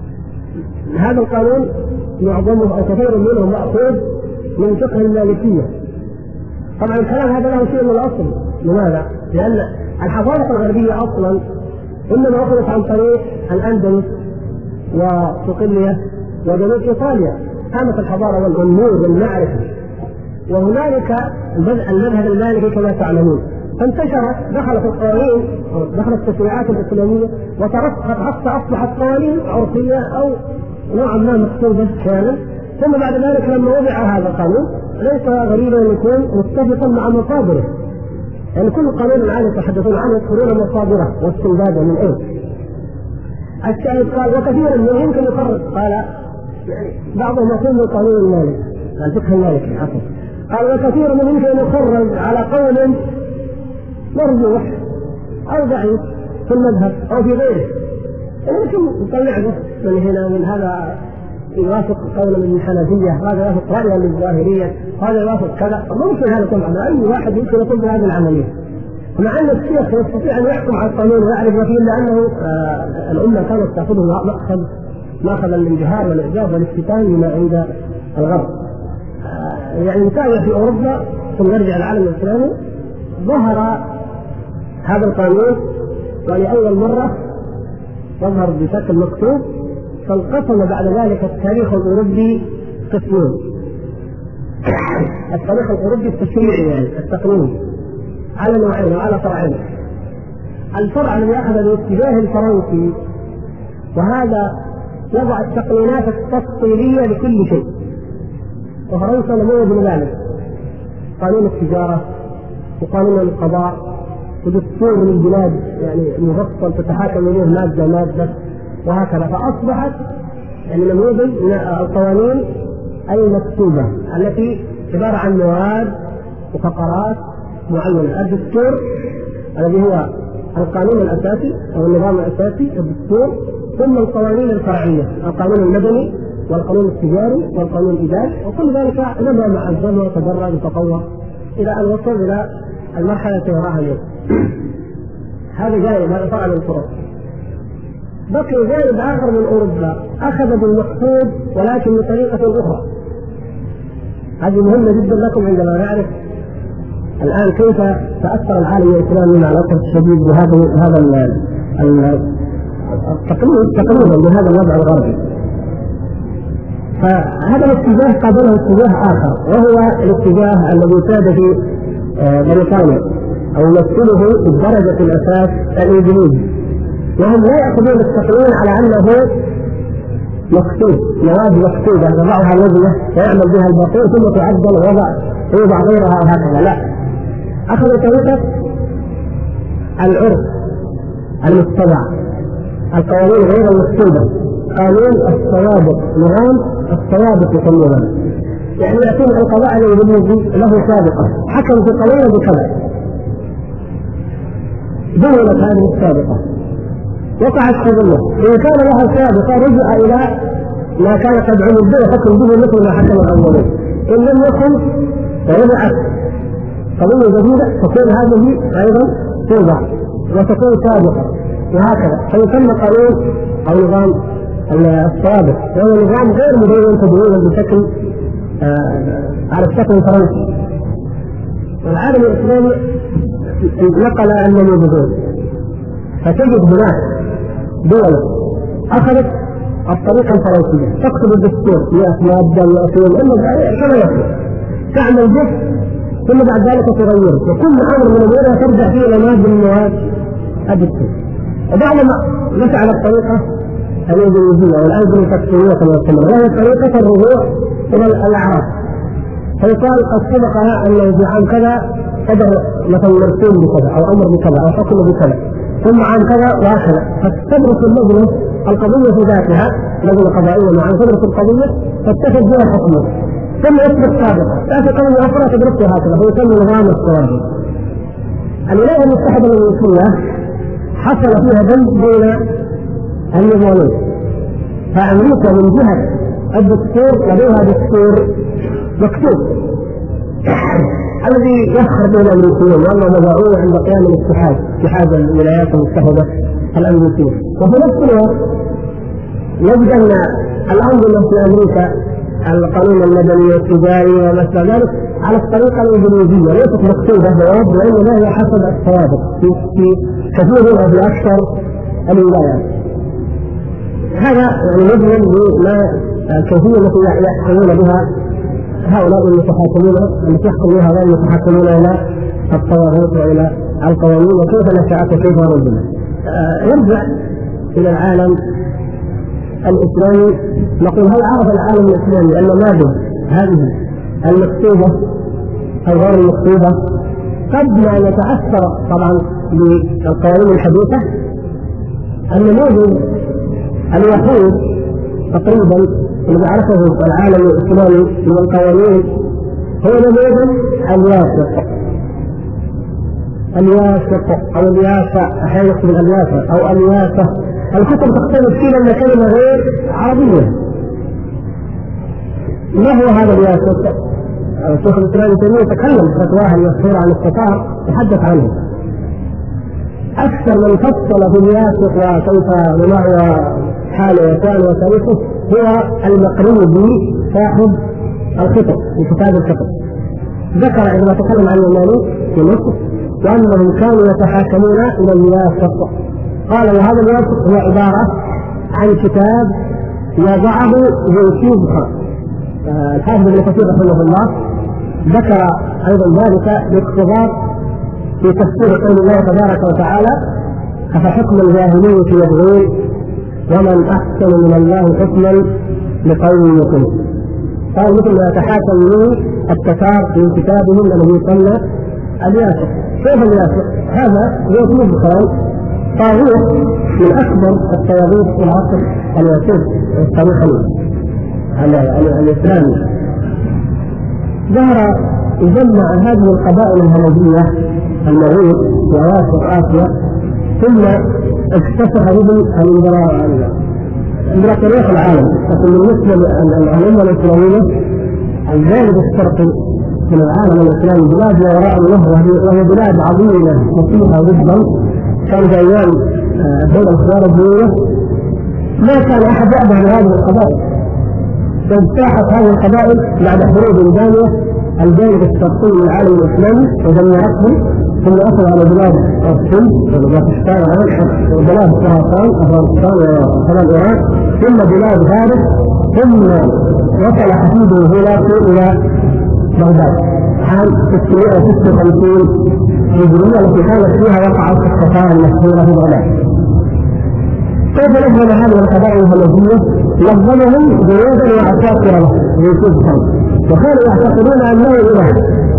هذا القانون معظمه أو كثير منه مأخوذ من فقه المالكية. طبعا الكلام هذا له شيء من الأصل. لماذا؟ لأن الحضارة الغربية أصلا إنما أخذت عن طريق الأندلس وصقلية وجنوب إيطاليا، قامت الحضارة والنور والمعرفة، وهنالك المذهب المالكي كما تعلمون، فانتشرت دخلت القوانين دخلت التشريعات الإسلامية وترسخت حتى أصبحت قوانين عرفية أو نوعا ما مكتوبة كامل. ثم بعد ذلك لما وضع هذا القانون ليس غريبا أن يكون متفقا مع مصادره، يعني كل قانون الآن يتحدثون عنه يذكرون مصادره واستنباده من أين. الشاهد قال وكثيرا من يمكن يفرق، قال يعني بعضهم يقول من القانون المالكي الفقه المالكي عفوا، قال وكثير من يمكن ان يخرج على قول مرجوح او ضعيف في المذهب او في غيره، يمكن نطلع به من هنا من هذا يوافق قولا من الحنفيه، هذا يوافق رايا للظاهريه، هذا يوافق كذا، ممكن هذا طبعا اي واحد يمكن يقوم بهذه العمليه، مع ان الشيخ يستطيع ان يحكم على القانون ويعرف ما فيه، لانه الامه كانت تاخذه ماخذا الانبهار والاعجاب والافتتان لما عند الغرب. يعني نتابع في اوروبا ثم نرجع العالم الاسلامي، ظهر هذا القانون ولاول مره يظهر بشكل مكتوب، فانقسم بعد ذلك التاريخ الاوروبي قسمين. التاريخ الاوروبي التشريعي يعني التقنيني على نوعين وعلى فرعين. الفرع الذي اخذ الاتجاه الفرنسي، وهذا وضع التقنينات التفصيليه لكل شيء، وفرنسا نموذج من ذلك، قانون التجاره وقانون القضاء ودستور للبلاد يعني مفصل تتحاكم اليه ماده ماده وهكذا، فاصبحت يعني نموذج من القوانين المكتوبه التي عباره عن مواد وفقرات معينه. الدستور الذي هو القانون الاساسي او النظام الاساسي الدستور، ثم القوانين الفرعيه، القانون المدني والقانون التجاري والقانون الاداري، وكل ذلك نما مع الزمن وتدرج وتطور الى ان وصل الى المرحله التي نراها اليوم. هذا جانب، هذا فرع من الفروع. بقي جانب اخر من اوروبا اخذ بالمقصود ولكن بطريقه اخرى. هذه مهمه جدا لكم عندما نعرف الان كيف تاثر العالم الاسلامي مع الاسف الشديد بهذا تقريبا بهذا الوضع الغربي. فهذا الاتجاه قابله اتجاه اخر، وهو الاتجاه الذي ساد في بريطانيا او يمثله بدرجه الاساس الانجليزي، وهم لا ياخذون التقنين على انه مكتوب، مواد مكتوبه يضعها اللجنه ويعمل بها الباقين ثم تعدل ويوضع غيرها وهكذا، لا، اخذوا طريقه العرف المتبع، القوانين غير المكتوبه، قانون السوابق، نظام السوابق يسمونه، يعني يعطون القضاء الذي له سابقه، حكم في قانون بكذا، دونت هذه السابقه، وقعت قضيه، ان كان لها سابقه رجع الى ما كان قد عمل به حكم به مثل ما حكم الاولين، ان لم يكن رجعت قضيه جديده تكون هذه ايضا توضع وتكون سابقه، وهكذا فيسمى قانون او نظام السوابق، وهو نظام غير مدون تدوينه بشكل على الشكل الفرنسي. والعالم الاسلامي نقل النموذجين، فتجد هناك دول اخذت الطريقه الفرنسيه تكتب الدستور 100 ماده 200 كما يكتب، تعمل به ثم بعد ذلك تغيره، وكل امر من غيرها ترجع فيه الى ماده من مواد الدستور. وبعدما مشى على الطريقه الانجليزيه والانجلو-ساكسونيه كما يسمى، وهي طريقه الرجوع الى الاعراف، فيقال قد سبقها انه في عام كذا قدر مثلا مرسوم بكذا او امر بكذا او حكم بكذا، ثم عام كذا وهكذا، فتدرس اللجنه القضيه في ذاتها، لجنه قضائيه مع تدرس القضيه تتخذ بها حكمه، ثم يثبت سابقا تاتي قضيه اخرى تدرسها هكذا، فيسمى نظام السوابق. الولايات المتحده الامريكيه حصل فيها دمج بين النظامين، فامريكا من جهه الدستور لديها دستور مكتوب الذي يفخر به الامريكيين وانهم وضعوه عند قيام اتحاد الولايات المتحده الامريكيه. وفي نفس الوقت نجد ان الأنظمة في أمريكا القانون المدني والتجاري وما إلى ذلك على الطريقة الإنجليزية ليست مكتوبة بوضع، وإنما هي حسب السوابق في كثير وفي أكثر الولايات. هذا يعني مجمل بما الكيفية التي يحكمون بها هؤلاء المتحاكمون، التي يحكم بها هؤلاء المتحاكمون إلى الطواغيت وإلى القوانين وكيف نشأت وكيف رجعت. يرجع إلى العالم الإسلامي. نقول هل عرف العالم الإسلامي أن مادة هذه المكتوبة أو غير المكتوبة قبل أن يتأثر طبعا بالقوانين الحديثة؟ النموذج الوحيد تقريبا الذي عرفه العالم الإسلامي من القوانين هو نموذج الياسق أو الياسة، أحيانا يكتب الياسة أو الياسة. الكتب تختلف فيها أن كلمة غير عربية. ما هو هذا الياسق؟ الشيخ الإسلام ابن تيمية تكلم في فتواه المشهورة عن التتار يتحدث عنه. أكثر من فصل في الياسق وكيف وما هو حاله وشأنه وتاريخه هو المقريبي صاحب الخطب في كتاب الخطب. ذكر عندما تكلم عن المماليك في مصر وأنهم كانوا يتحاكمون إلى الياسق. قال وهذا الياسق هو عبارة عن كتاب وضعه ذو الحافظ ابن كثير رحمه الله ذكر أيضا ذلك باقتضاب في تفسير قول الله تبارك وتعالى أفحكم الجاهلية يبغون ومن أحسن من الله حكما لقوم يوقنون. قال مثل ما يتحاكم به التتار في كتابهم الذي يسمى الياسق. كيف الياسق؟ هذا يوسف خان طاغوت من أكبر الطواغيت في العصر الياسوس التاريخي الإسلامي. ظهر يجمع هذه القبائل الهمجية الموجود في أواخر آسيا، ثم اكتسح ابن امبراطورية العالم. لكن بالنسبة للأمة الإسلامية الجانب الشرقي من العالم الإسلامي بلاد وراء النهر، وهي بلاد عظيمة وفيها جدا. كان في أيام الدولة الخوارزمية ما كان أحد يأبه بهذه القبائل، فاجتاحت هذه القبائل بعد حروب دامية الجانب الشرقي من العالم الإسلامي ودمرتهم، ثم أخذوا على بلاد الصين وباكستان وبلاد خراسان أفغانستان وشمال إيران، ثم بلاد فارس، ثم وصل حفيده إلى بغداد عام 656 هجرية التي كانت فيها وقعت الصفار المشهورة في بغداد. كيف نظم هذه القبائل الهمجية؟ نظمهم جنودا وعساكر له يوسف خان، وكانوا يعتقدون أنه إله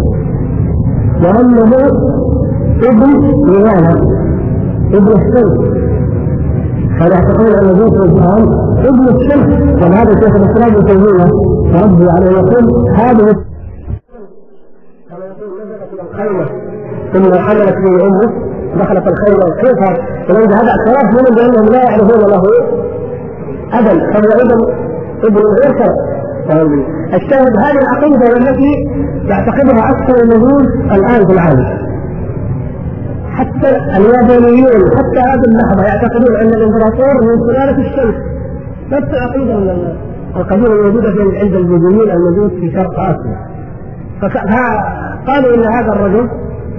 وأنه ابن ليانا ابن الشمس. كانوا يعتقدون أن يوسف خان ابن الشمس. وهذا شيخ الإسلام ابن تيمية ربي عليه يقول هذه كما يقول نزلت إلى الخيمة ثم حملت به أمه دخلت الخيمة. كيف ولذا هذا اعتراف منهم بأنهم لا يعرفون له أبا، فهو ابن غير شرف. الشاهد هذه العقيدة التي يعتقدها أكثر النجوم الآن في العالم، حتى اليابانيون حتى هذه اللحظة يعتقدون أن الإمبراطور من سلالة الشمس. نفس العقيدة القديمة الموجودة عند البوذيين الموجود في شرق آسيا. فقالوا إن هذا الرجل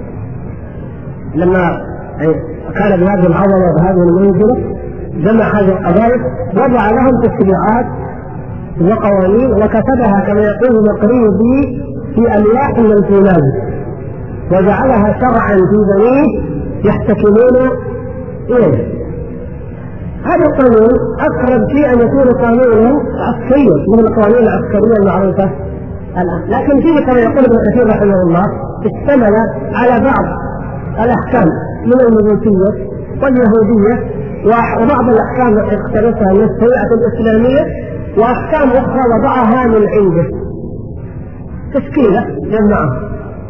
لما كان بهذه العظمة وبهذه المنزلة جمع هذه القبائل، وضع لهم تشريعات وقوانين وكتبها كما يقول مقريبي في ألواح من الفولاذ، وجعلها شرعا في بنيه يحتكمون إليه. هذا القانون أقرب شيء أن يكون قانونا عسكريا من القوانين العسكرية المعروفة الآن، لكن فيه كما يقول ابن كثير رحمه الله اشتمل على بعض الأحكام من المجوسية واليهودية وبعض الأحكام التي اقتبسها من الشريعة الإسلامية، وأحكام أخرى وضعها من عنده تشكيلة جمعها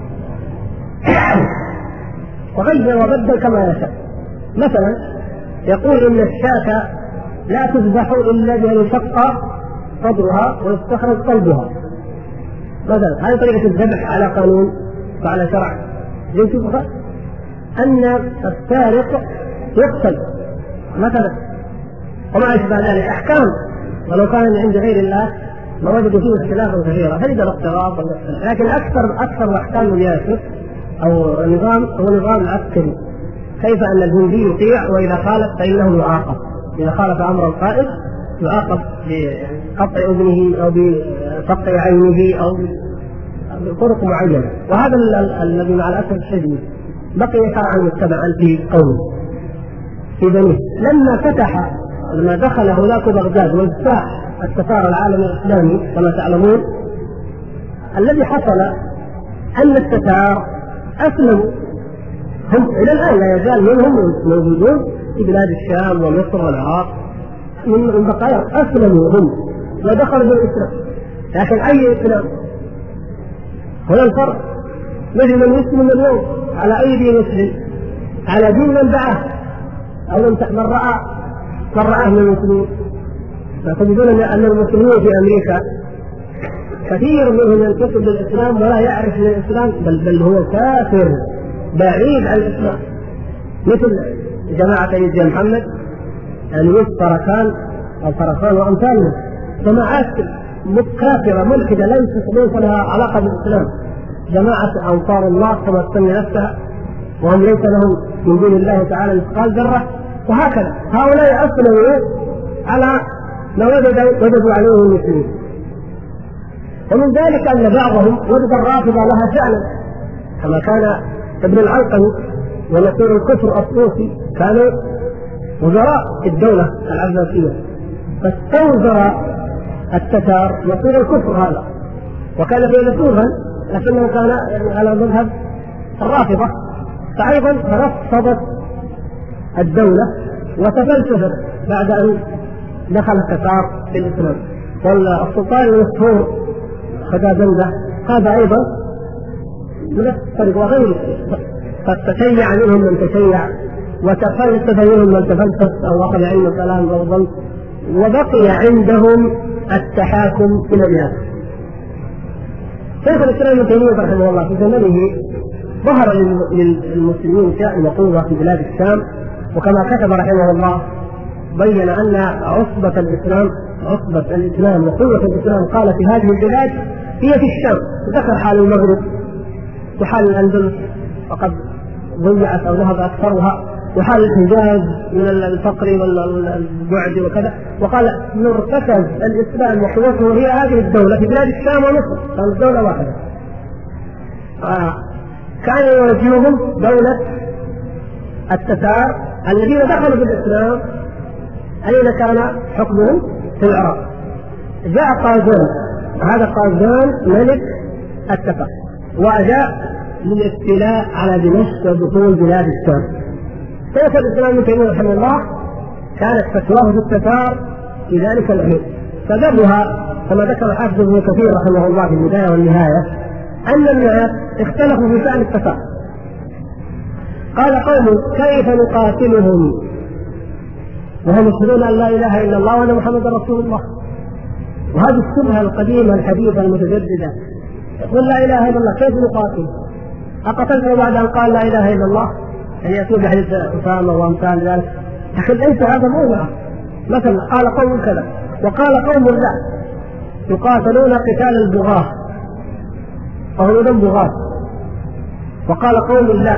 وغير وبدل كما يشاء. مثلا يقول إن الشاة لا تذبح إلا بأن يشق صدرها ويستخرج قلبها. مثلا هذه طريقة الذبح على قانون وعلى شرع. يشوف أن السارق يقتل مثلا وما أشبه ذلك، أحكام ولو كان عند غير الله لوجدوا فيه اختلافا كثيرا، فإذا الاقتراض لكن أكثر أحكام الياسر أو النظام هو نظام العسكري، كيف أن الجندي يطيع وإذا خالف فإنه يعاقب، إذا خالف أمر القائد يعاقب بقطع أذنه أو بقطع عينه أو بطرق معينة. وهذا الذي مع الأسف الشديد بقي شرعا متبعا في قومه في بنيه. لما دخل هناك بغداد واجتاح التتار العالم الإسلامي كما تعلمون، الذي حصل أن التتار أسلموا، هم إلى الآن لا يزال منهم موجودون في بلاد الشام ومصر والعراق من بقايا، أسلموا هم ودخلوا بالإسلام. لكن أي إسلام؟ هنا الفرق، مثل من يسلم اليوم على أي دين يسلم؟ على دين من دعاه أو من رآه من المسلمين. فتجدون أن المسلمين في أمريكا كثير منهم ينتسب للإسلام ولا يعرف الإسلام، بل هو كافر بعيد عن الإسلام، مثل جماعة سيد محمد فركان أو فركان وأمثالهم، جماعات كافرة ملحدة ليس لها علاقة بالإسلام، جماعة أنصار الله كما تسمي نفسها، وهم ليس لهم من دون الله تعالى مثقال ذرة. وهكذا هؤلاء أسلموا على ما وجدوا عليه المسلمين. ومن ذلك أن بعضهم وجد الرافضة لها شأنا، كما كان ابن العلقمي ونصير الكفر الطوسي كانوا وزراء في الدولة العباسية، فاستوزر التتار نصير الكفر هذا، وكان فيلسوفا لكنه كان على مذهب الرافضة، فأيضا ترفضت الدولة وتفلسفت بعد أن دخل التتار في الإسلام. والسلطان المشهور خدادنده هذا أيضا من الطريق وغيره، فتشيع منهم من تشيع وتفلسف منهم من تفلسف أو أخذ علم الكلام أو ظن، وبقي عندهم التحاكم إلى الناس. شيخ الإسلام ابن تيمية رحمه الله في زمنه ظهر للمسلمين شأن قوة في بلاد الشام، وكما كتب رحمه الله بين أن عصبة الإسلام وقوة الإسلام قال في هذه البلاد هي في الشام. ذكر حال المغرب وحال الأندلس وقد ضيعت أو ذهب أكثرها، وحال الحجاز من الفقر والبعد وكذا، وقال مرتكز الإسلام وقوته هي هذه الدولة في بلاد الشام ومصر، كانت دولة واحدة. كان يواجههم دولة التتار الذين دخلوا بالإسلام. أين كان حكمهم؟ في العراق. جاء قازان، هذا قازان ملك التتار، وجاء للاستيلاء على دمشق ودخول بلاد الشام. شيخ الإسلام ابن تيمية رحمه الله كانت فتواه في التتار في ذلك الحين، سببها كما ذكر الحافظ ابن كثير رحمه الله في البداية والنهاية أن الناس اختلفوا في شأن التتار. قال قوم كيف نقاتلهم وهم يشهدون أن لا إله إلا الله وأن محمدا رسول الله؟ وهذه الشبهة القديمة الحديثة المتجددة، يقول لا إله إلا الله كيف نقاتل؟ أقتلته بعد أن قال لا إله إلا الله؟ أن يأتوا بحديث أسامة وأمثال ذلك. لكن ليس هذا موضع. مثلا قال قوم كذا وقال قوم لا يقاتلون قتال البغاة فهم بغاة، وقال قوم لا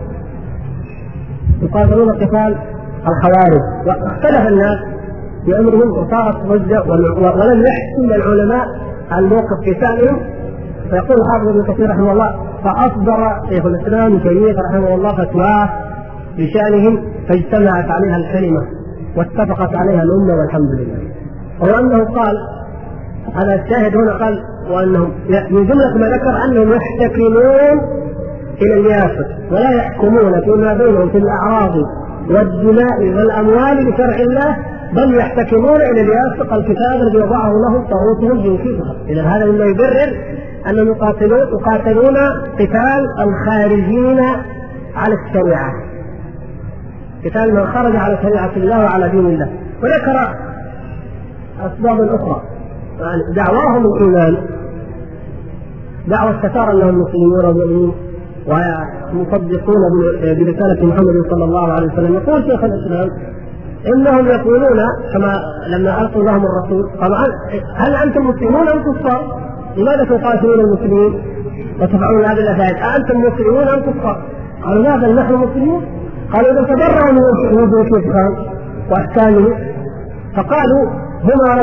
يقاتلون قتال الخوارج. واختلف الناس في أمرهم وصارت ضجة ولم يحسن العلماء الموقف في شأنهم. فيقول الحافظ ابن كثير رحمه الله فأصدر شيخ الإسلام ابن تيمية رحمه الله فتواه بشأنهم فاجتمعت عليها الكلمة واتفقت عليها الأمة والحمد لله. وأنه قال هذا الشاهد هنا قال وأنهم من جملة ما ذكر أنهم يحتكمون إلى الياسر ولا يحكمون فيما بينهم في الأعراض والدماء والأموال بشرع الله، بل يحتكمون إلى الياسر الكتاب الذي وضعه لهم طاغوتهم بوجودها. إذا هذا مما يبرر أنهم يقاتلون قتال الخارجين على الشريعة، قتال من خرج على شريعة الله وعلى دين الله. وذكر أسباب أخرى يعني دعواهم الإيمان، دعوة التتار أنهم مسلمون ومؤمنون ومصدقون برسالة محمد صلى الله عليه وسلم. يقول شيخ الإسلام إنهم يقولون كما لما أرسل لهم الرسول قالوا هل أنتم مسلمون أم كفار؟ لماذا تقاتلون المسلمين وتفعلون هذه الأفعال؟ أأنتم مسلمون أم كفار؟ قالوا لا بل نحن مسلمون. قالوا إذا تبرأوا من ذو كيف خان وأحكامه. فقالوا هما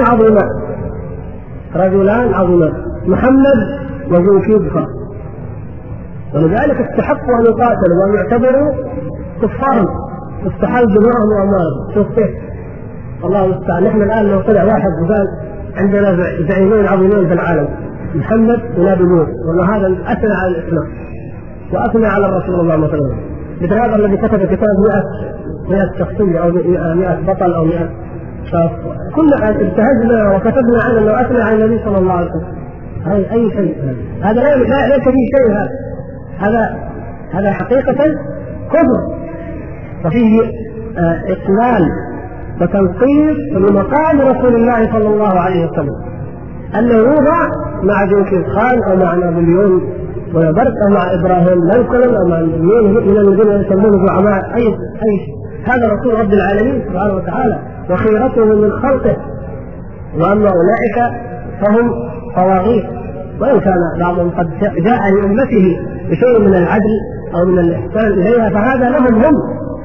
رجلان عظيمان محمد وذو كيف خان، ولذلك استحقوا أن يقاتلوا وأن يعتبروا كفارا استحال دماءهم وأموالهم. شوف كيف الله المستعان. نحن الآن لو طلع واحد وقال عندنا زعيمين عظيمين في العالم محمد ونبي نوح، والله هذا أثنى على الإسلام وأثنى على الرسول الله مثلا، مثل هذا الذي كتب كتاب 100 شخصية أو 100 بطل أو 100 شخص، كلنا ابتهجنا وكتبنا عنه أنه أثنى على النبي صلى الله عليه وسلم. أي شيء هذا ليس فيه شيء. هذا حقيقة كفر وفيه إقلال وتنقيص لمقام رسول الله صلى الله عليه وسلم، أنه يوضع مع جنكيز خان أو مع نابليون بونابرت أو مع إبراهيم لينكولن أو مع نابليون من الذين يسمون زعماء أي هذا رسول رب العالمين سبحانه وتعالى وخيرته من خلقه، وأما أولئك فهم طواغيت، وإن كان بعضهم قد جاء لأمته بشيء من العدل أو من الإحسان إليها فهذا لهم هم،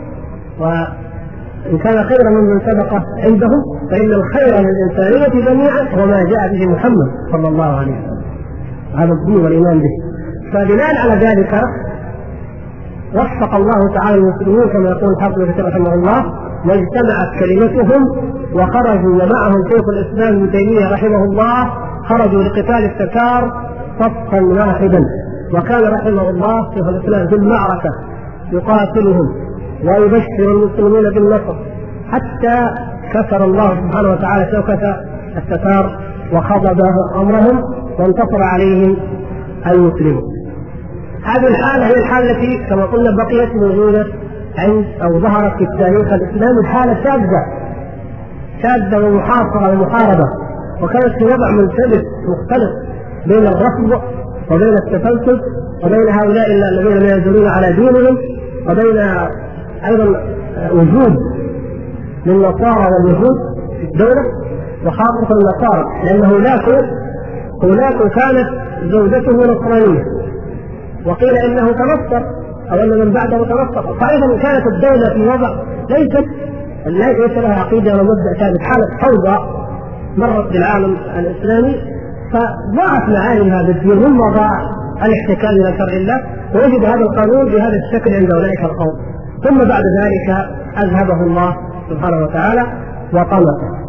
وإن كان خيرا ممن سبق عندهم فإن الخير للإنسانية جميعا وما جاء به محمد صلى الله عليه وسلم، هذا الدين والإيمان به. فبناء على ذلك وفق الله تعالى المسلمين كما يقول الحافظ ابن كثير رحمه الله، واجتمعت كلمتهم وخرجوا ومعهم شيخ الإسلام ابن تيمية رحمه الله، خرجوا لقتال التتار صفا واحدا، وكان رحمه الله شيخ الإسلام في المعركة يقاتلهم ويبشر المسلمين بالنصر حتى كسر الله سبحانه وتعالى شوكة التتار وخضب أمرهم وانتصر عليهم المسلمون. هذه الحالة هي الحالة التي كما قلنا بقيت موجودة عند أو ظهرت في التاريخ الإسلامي حالة شاذة ومحاصرة ومحاربة، وكانت في وضع ملتبس مختلف بين الرفض وبين التفلسف وبين هؤلاء الذين لا يزالون على دينهم، وبين أيضا وجود للنصارى واليهود في الدولة وخاصة النصارى، لأن هناك كانت زوجته نصرانية وقيل إنه تنصر أو أن من بعده تنصر، فأيضا كانت الدولة في وضع ليس لها عقيدة ومبدأ ثابت، حالة فوضى مرت بالعالم الإسلامي، فضاعت معاني هذا الدين ثم ضاع الاحتكام إلى شرع الله، ووجد هذا القانون بهذا الشكل عند أولئك القوم، ثم بعد ذلك أذهبه الله سبحانه وتعالى وطمسه.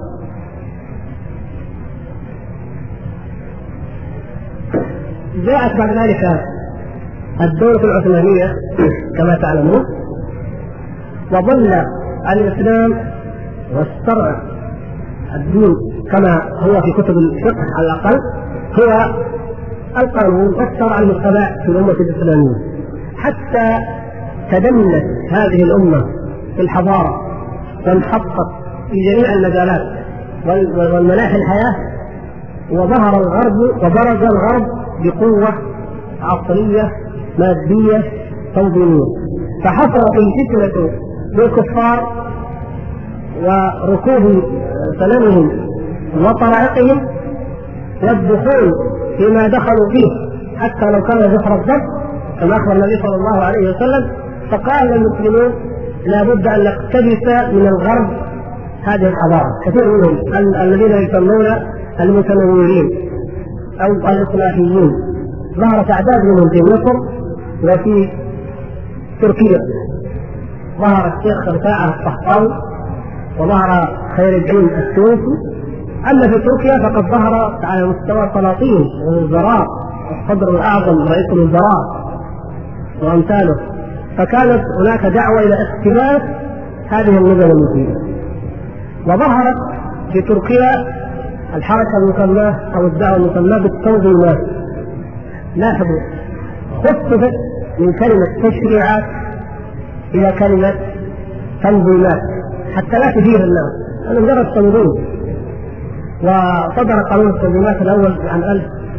جاءت بعد ذلك الدولة العثمانية كما تعلمون، وظل الإسلام والشرع الدين كما هو في كتب الفقه على الأقل هو القانون والشرع المتبع في الأمة الإسلامية، حتى تدنت هذه الأمة في الحضارة وانحطت في جميع المجالات والمناحي الحياة، وظهر الغرب وبرز الغرب بقوة عصرية مادية تنظيمية، فحصلت الفتنة بالكفار وركوب سننهم وطرائقهم والدخول فيما دخلوا فيه حتى لو كان زفر الضب كما أخبر النبي صلى الله عليه وسلم. فقال المسلمون لا بد أن نقتبس من الغرب هذه الحضارة. كثير منهم الذين يسمون المتنورين أو الإصلاحيين ظهرت أعداد منهم في مصر وفي تركيا، ظهر الشيخ رفاعة الطحطاوي وظهر خير الدين التونسي. أما في تركيا فقد ظهر على مستوى السلاطين والوزراء الصدر الأعظم رئيس الوزراء وأمثاله، فكانت هناك دعوة إلى اقتباس هذه النظم المفيدة. وظهرت في تركيا الحركة المسماة أو الدعوة المسماة بالتنظيمات. لاحظوا خففت من كلمة تشريعات إلى كلمة تنظيمات حتى لا تثير الناس، أنا مجرد تنظيم. وصدر قانون التنظيمات الأول عن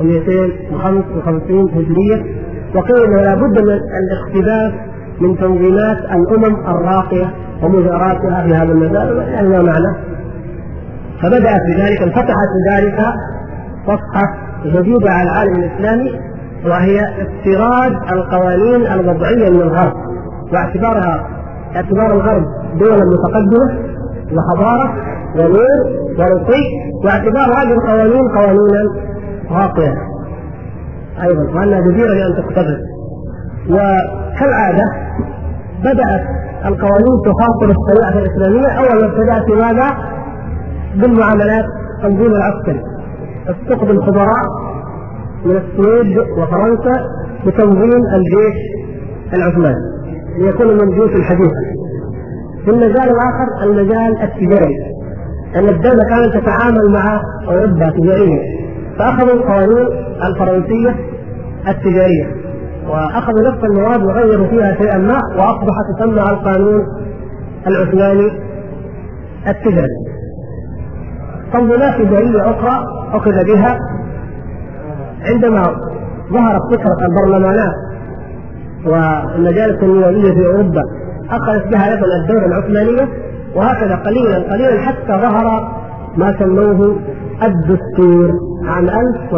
1255 هجرية، وقيل أنه لا بد من الاقتباس من تنظيمات الأمم الراقية ومجاراتها في هذا المجال يعني لا معنى. فبدأت بذلك، انفتحت بذلك صفحة جديدة على العالم الإسلامي، وهي استيراد القوانين الوضعية من الغرب، اعتبار الغرب دولا متقدمة وحضارة ونور ورقي، واعتبار هذه القوانين قوانينا راقية أيضا، وأنها جديرة بأن تقتبس. وكالعادة بدأت القوانين تخاطب الشريعة الإسلامية. أول ما ابتدأت بماذا؟ بالمعاملات. التنظيم العسكري استخدم خبراء من السويد وفرنسا لتنظيم الجيش العثماني ليكون من الجيوش الحديثة. في المجال الآخر المجال التجاري، أن الدولة كانت تتعامل مع أوروبا تجاريا، فأخذوا القوانين الفرنسية التجارية وأخذوا نفس المواد وغيروا فيها شيئا ما، وأصبحت تسمى القانون العثماني التجاري. تنظيمات تجارية أخرى أخذ بها عندما ظهرت فكرة البرلمانات والمجالس النيابية في أوروبا، أخذت بها أيضا الدولة العثمانية، وهكذا قليلا قليلا حتى ظهر ما سموه الدستور عام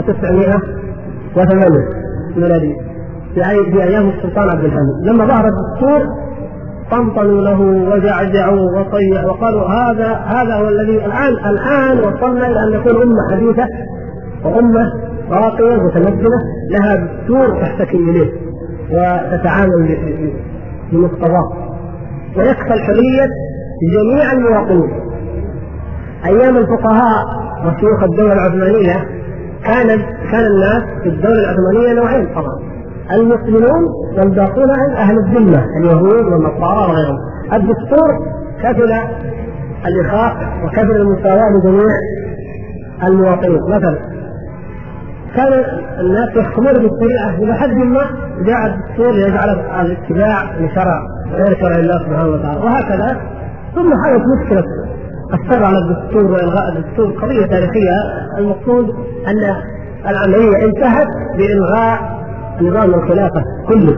1908 ميلادي في أيام السلطان عبد الحميد. لما ظهر الدستور طنطنوا له وجعجعوا وصيحوا وقالوا هذا هو الذي الآن وصلنا إلى أن نكون أمة حديثة وأمة راقية متمدنة لها دستور تحتكي إليه وتتعامل بمقتضاه ويكفل حرية جميع المواطنين. أيام الفقهاء وشيوخ الدولة العثمانية كان الناس في الدولة العثمانية نوعين طبعا، المسلمون والباقون أهل الذمة اليهود والنصارى وغيرهم. الدستور كفل الإخاء وكفل المساواة لجميع المواطنين. مثلا كان الناس يحكمون بالشريعة إلى حد ما، جاء الدستور يجعل الاتباع لشرع غير شرع الله سبحانه وتعالى وهكذا. ثم حدث مشكلة الشرع على الدستور وإلغاء الدستور، قضية تاريخية. المقصود أن العملية انتهت بإلغاء نظام الخلافة كله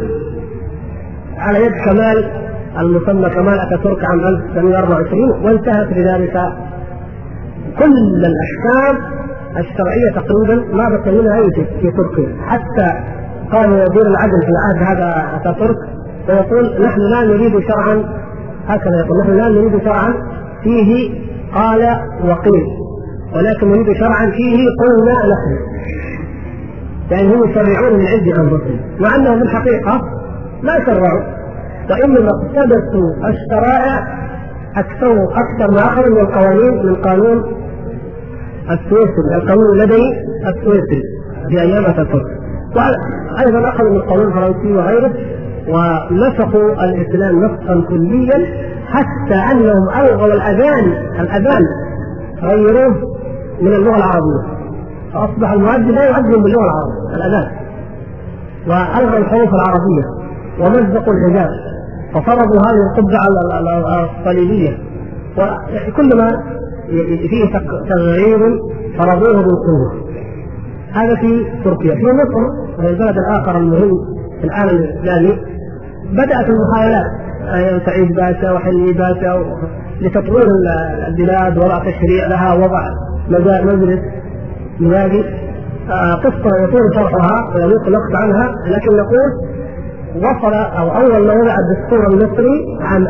على يد كمال المسمى كمال أتاتورك عام 1924، وانتهت بذلك كل الأحكام الشرعية تقريبا ما بقي منها أي شيء في تركيا. حتى قال وزير العدل في العهد هذا أتاتورك ويقول نحن لا نريد شرعا، هكذا يقول نحن لا نريد شرعا فيه قال وقيل، ولكن نريد شرعا فيه قلنا نحن، يعني هم يشرعون من عند أنفسهم، مع أنهم في الحقيقة لا شرعوا، وإنما اقتبسوا الشرائع أكثر ما أخذوا من القوانين من قانون السويسري، القانون المدني السويسري في أيام أتاتورك، وأيضا أخذوا من القانون الفرنسي وغيره، ونسخوا الإسلام نسخا كليا حتى أنهم ألغوا الأذان غيروه من اللغة العربية، فأصبح المؤذن لا يؤذن باللغة العربية الأذان، وألغوا الحروف العربية ومزقوا الحجاب وفرضوا هذه القبعة الصليبية، وكل ما فيه تغيير فرضوه بالقوة. هذا في تركيا. في مصر وهي البلد الآخر المهم في العالم الإسلامي بدأت المحاولات أيام سعيد باشا وحلمي باشا لتطوير البلاد، وضع تشريع لها، وضع مجلس نوادي، قصة يطول شرحها ولا نقل عنها، لكن نقول وصل أو أول ما وضع الدستور المصري عام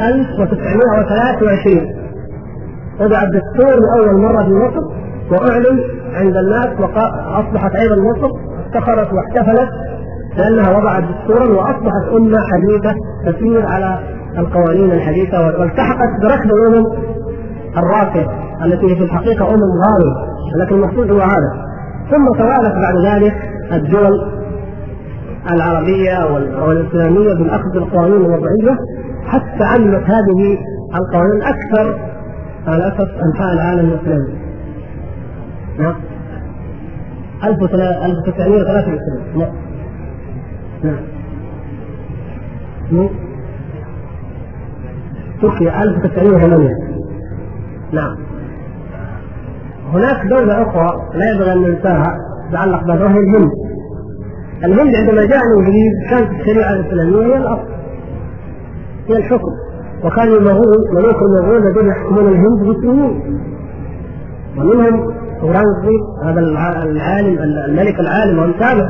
1923 وضع الدستور لأول مرة في مصر وأعلن عند الناس، وأصبحت أيضا مصر افتخرت واحتفلت لأنها وضعت دستورا وأصبحت أمة حديثة تسير على القوانين الحديثة، والتحقت بركب الأمم الراقية التي في الحقيقة أمم غالية، لكن المقصود هو هذا. ثم توالت بعد ذلك الدول العربية والإسلامية بالأخذ بالقوانين الوضعية حتى عمت هذه القوانين أكثر على أساس أنحاء العالم الإسلامي. نعم 1923 نعم تركيا 1908. نعم. هناك دولة أخرى لا ينبغي أن ننساها تتعلق بها وهي الهند. الهند عندما جاء الإنجليز كانت الشريعة الإسلامية هي الأصل، هي الحكم، وكان ملوك المغول الذين يحكمون الهند مسلمين، ومنهم أورانغزيب هذا العالم الملك العالم وامثاله.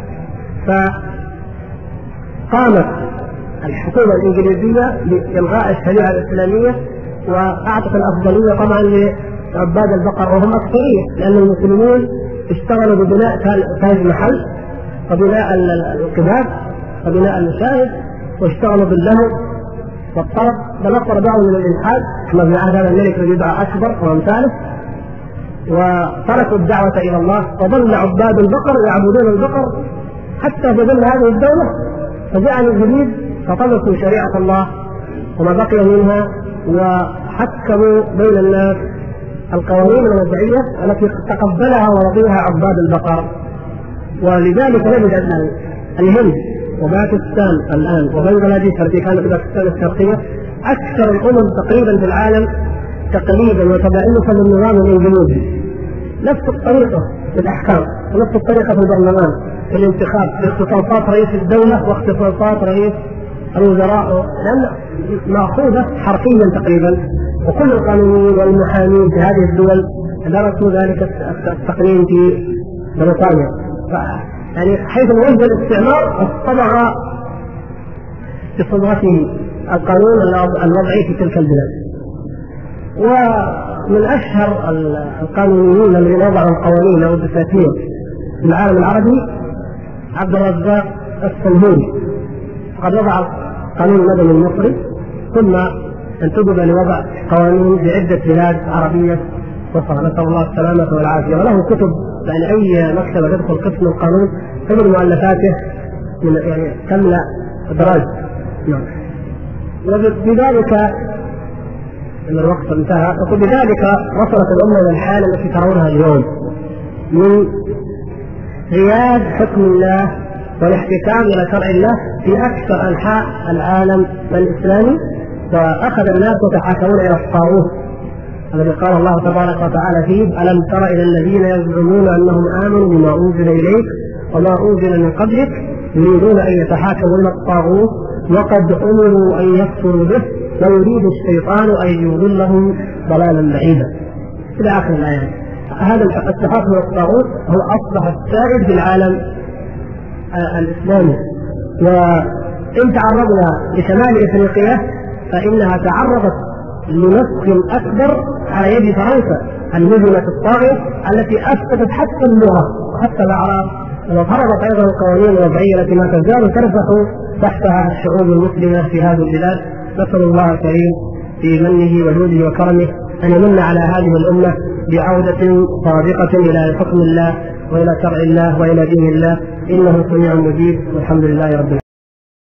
فقامت الحكومة الإنجليزية بإلغاء الشريعة الإسلامية وأعطت الأفضلية طبعا لعباد البقر وهم أكثرية، لأن المسلمين اشتغلوا ببناء تاج محل وبناء الكباب وبناء المشاهد، واشتغلوا باللهو والطرب، بل أصدر بعض من الإلحاد كما في عهد هذا الملك الذي يدعى أكبر وأمثاله، وتركوا الدعوة إلى الله وظل عباد البقر يعبدون البقر حتى تظل هذه الدولة. فجعلوا الجديد فطمسوا شريعة الله وما بقي منها، وحكموا بين الناس القوانين الوضعية التي تقبلها ورضيها عباد البقر. ولذلك نجد أن الهند وباكستان الآن وبنغلاديش التي كانت باكستان الشرقية أكثر الأمم تقريبا في العالم تقليدا وتبعية للنظام الإنجليزي، نفس الطريقة في الأحكام ونفس الطريقة في البرلمان في الانتخاب، في اختصاصات رئيس الدولة واختصاصات رئيس الوزراء، لأن مأخوذة حرفيا تقريبا، وكل القانونيين والمحامين في هذه الدول درسوا ذلك التقنين في بريطانيا. يعني حيث وجد الاستعمار اصطبغ بصبغته القانون الوضعي في تلك البلاد. ومن أشهر القانونيين الذين وضعوا القوانين أو الدساتير في العالم العربي عبد الرزاق السنهوري، قد وضع القانون المدني المصري، ثم انتدب لوضع قوانين بعدة بلاد عربية أخرى، نسأل الله السلامة والعافية. وله كتب، يعني أي مكتبة تدخل قسم القانون تجد مؤلفاته يعني تملأ دراج. وبذلك إن الوقت انتهى، وبذلك وصلت الأمة إلى الحالة التي ترونها اليوم من غياب حكم الله والاحتكام إلى شرع الله في أكثر أنحاء العالم الإسلامي. فأخذ الناس يتحاكمون إلى الطاغوت الذي قال الله تبارك وتعالى فيه: ألم تر إلى الذين يزعمون أنهم آمنوا بما أنزل إليك وما أنزل من قبلك يريدون أن يتحاكموا إلى الطاغوت وقد أمروا أن يكفروا به ويريد الشيطان أن يضلهم ضلالا بعيدا إلى آخر الآيات. هذا التحاكم إلى الطاغوت هو أصبح السائد في العالم الإسلامي. وإن تعرضنا لشمال إفريقيا فإنها تعرضت لنسخ أكبر على يد فرنسا المذنة الطاغية التي أفسدت حتى اللغة وحتى الأعراف، وفرضت أيضا القوانين الوضعية التي ما تزال ترفع تحتها الشعوب المسلمة في هذه البلاد. نسأل الله الكريم في منه وجوده وكرمه أن يمن على هذه الأمة بعودة صادقة إلى حكم الله وإلى شرع الله وإلى دين الله، إنه سميع مجيب، والحمد لله رب العالمين.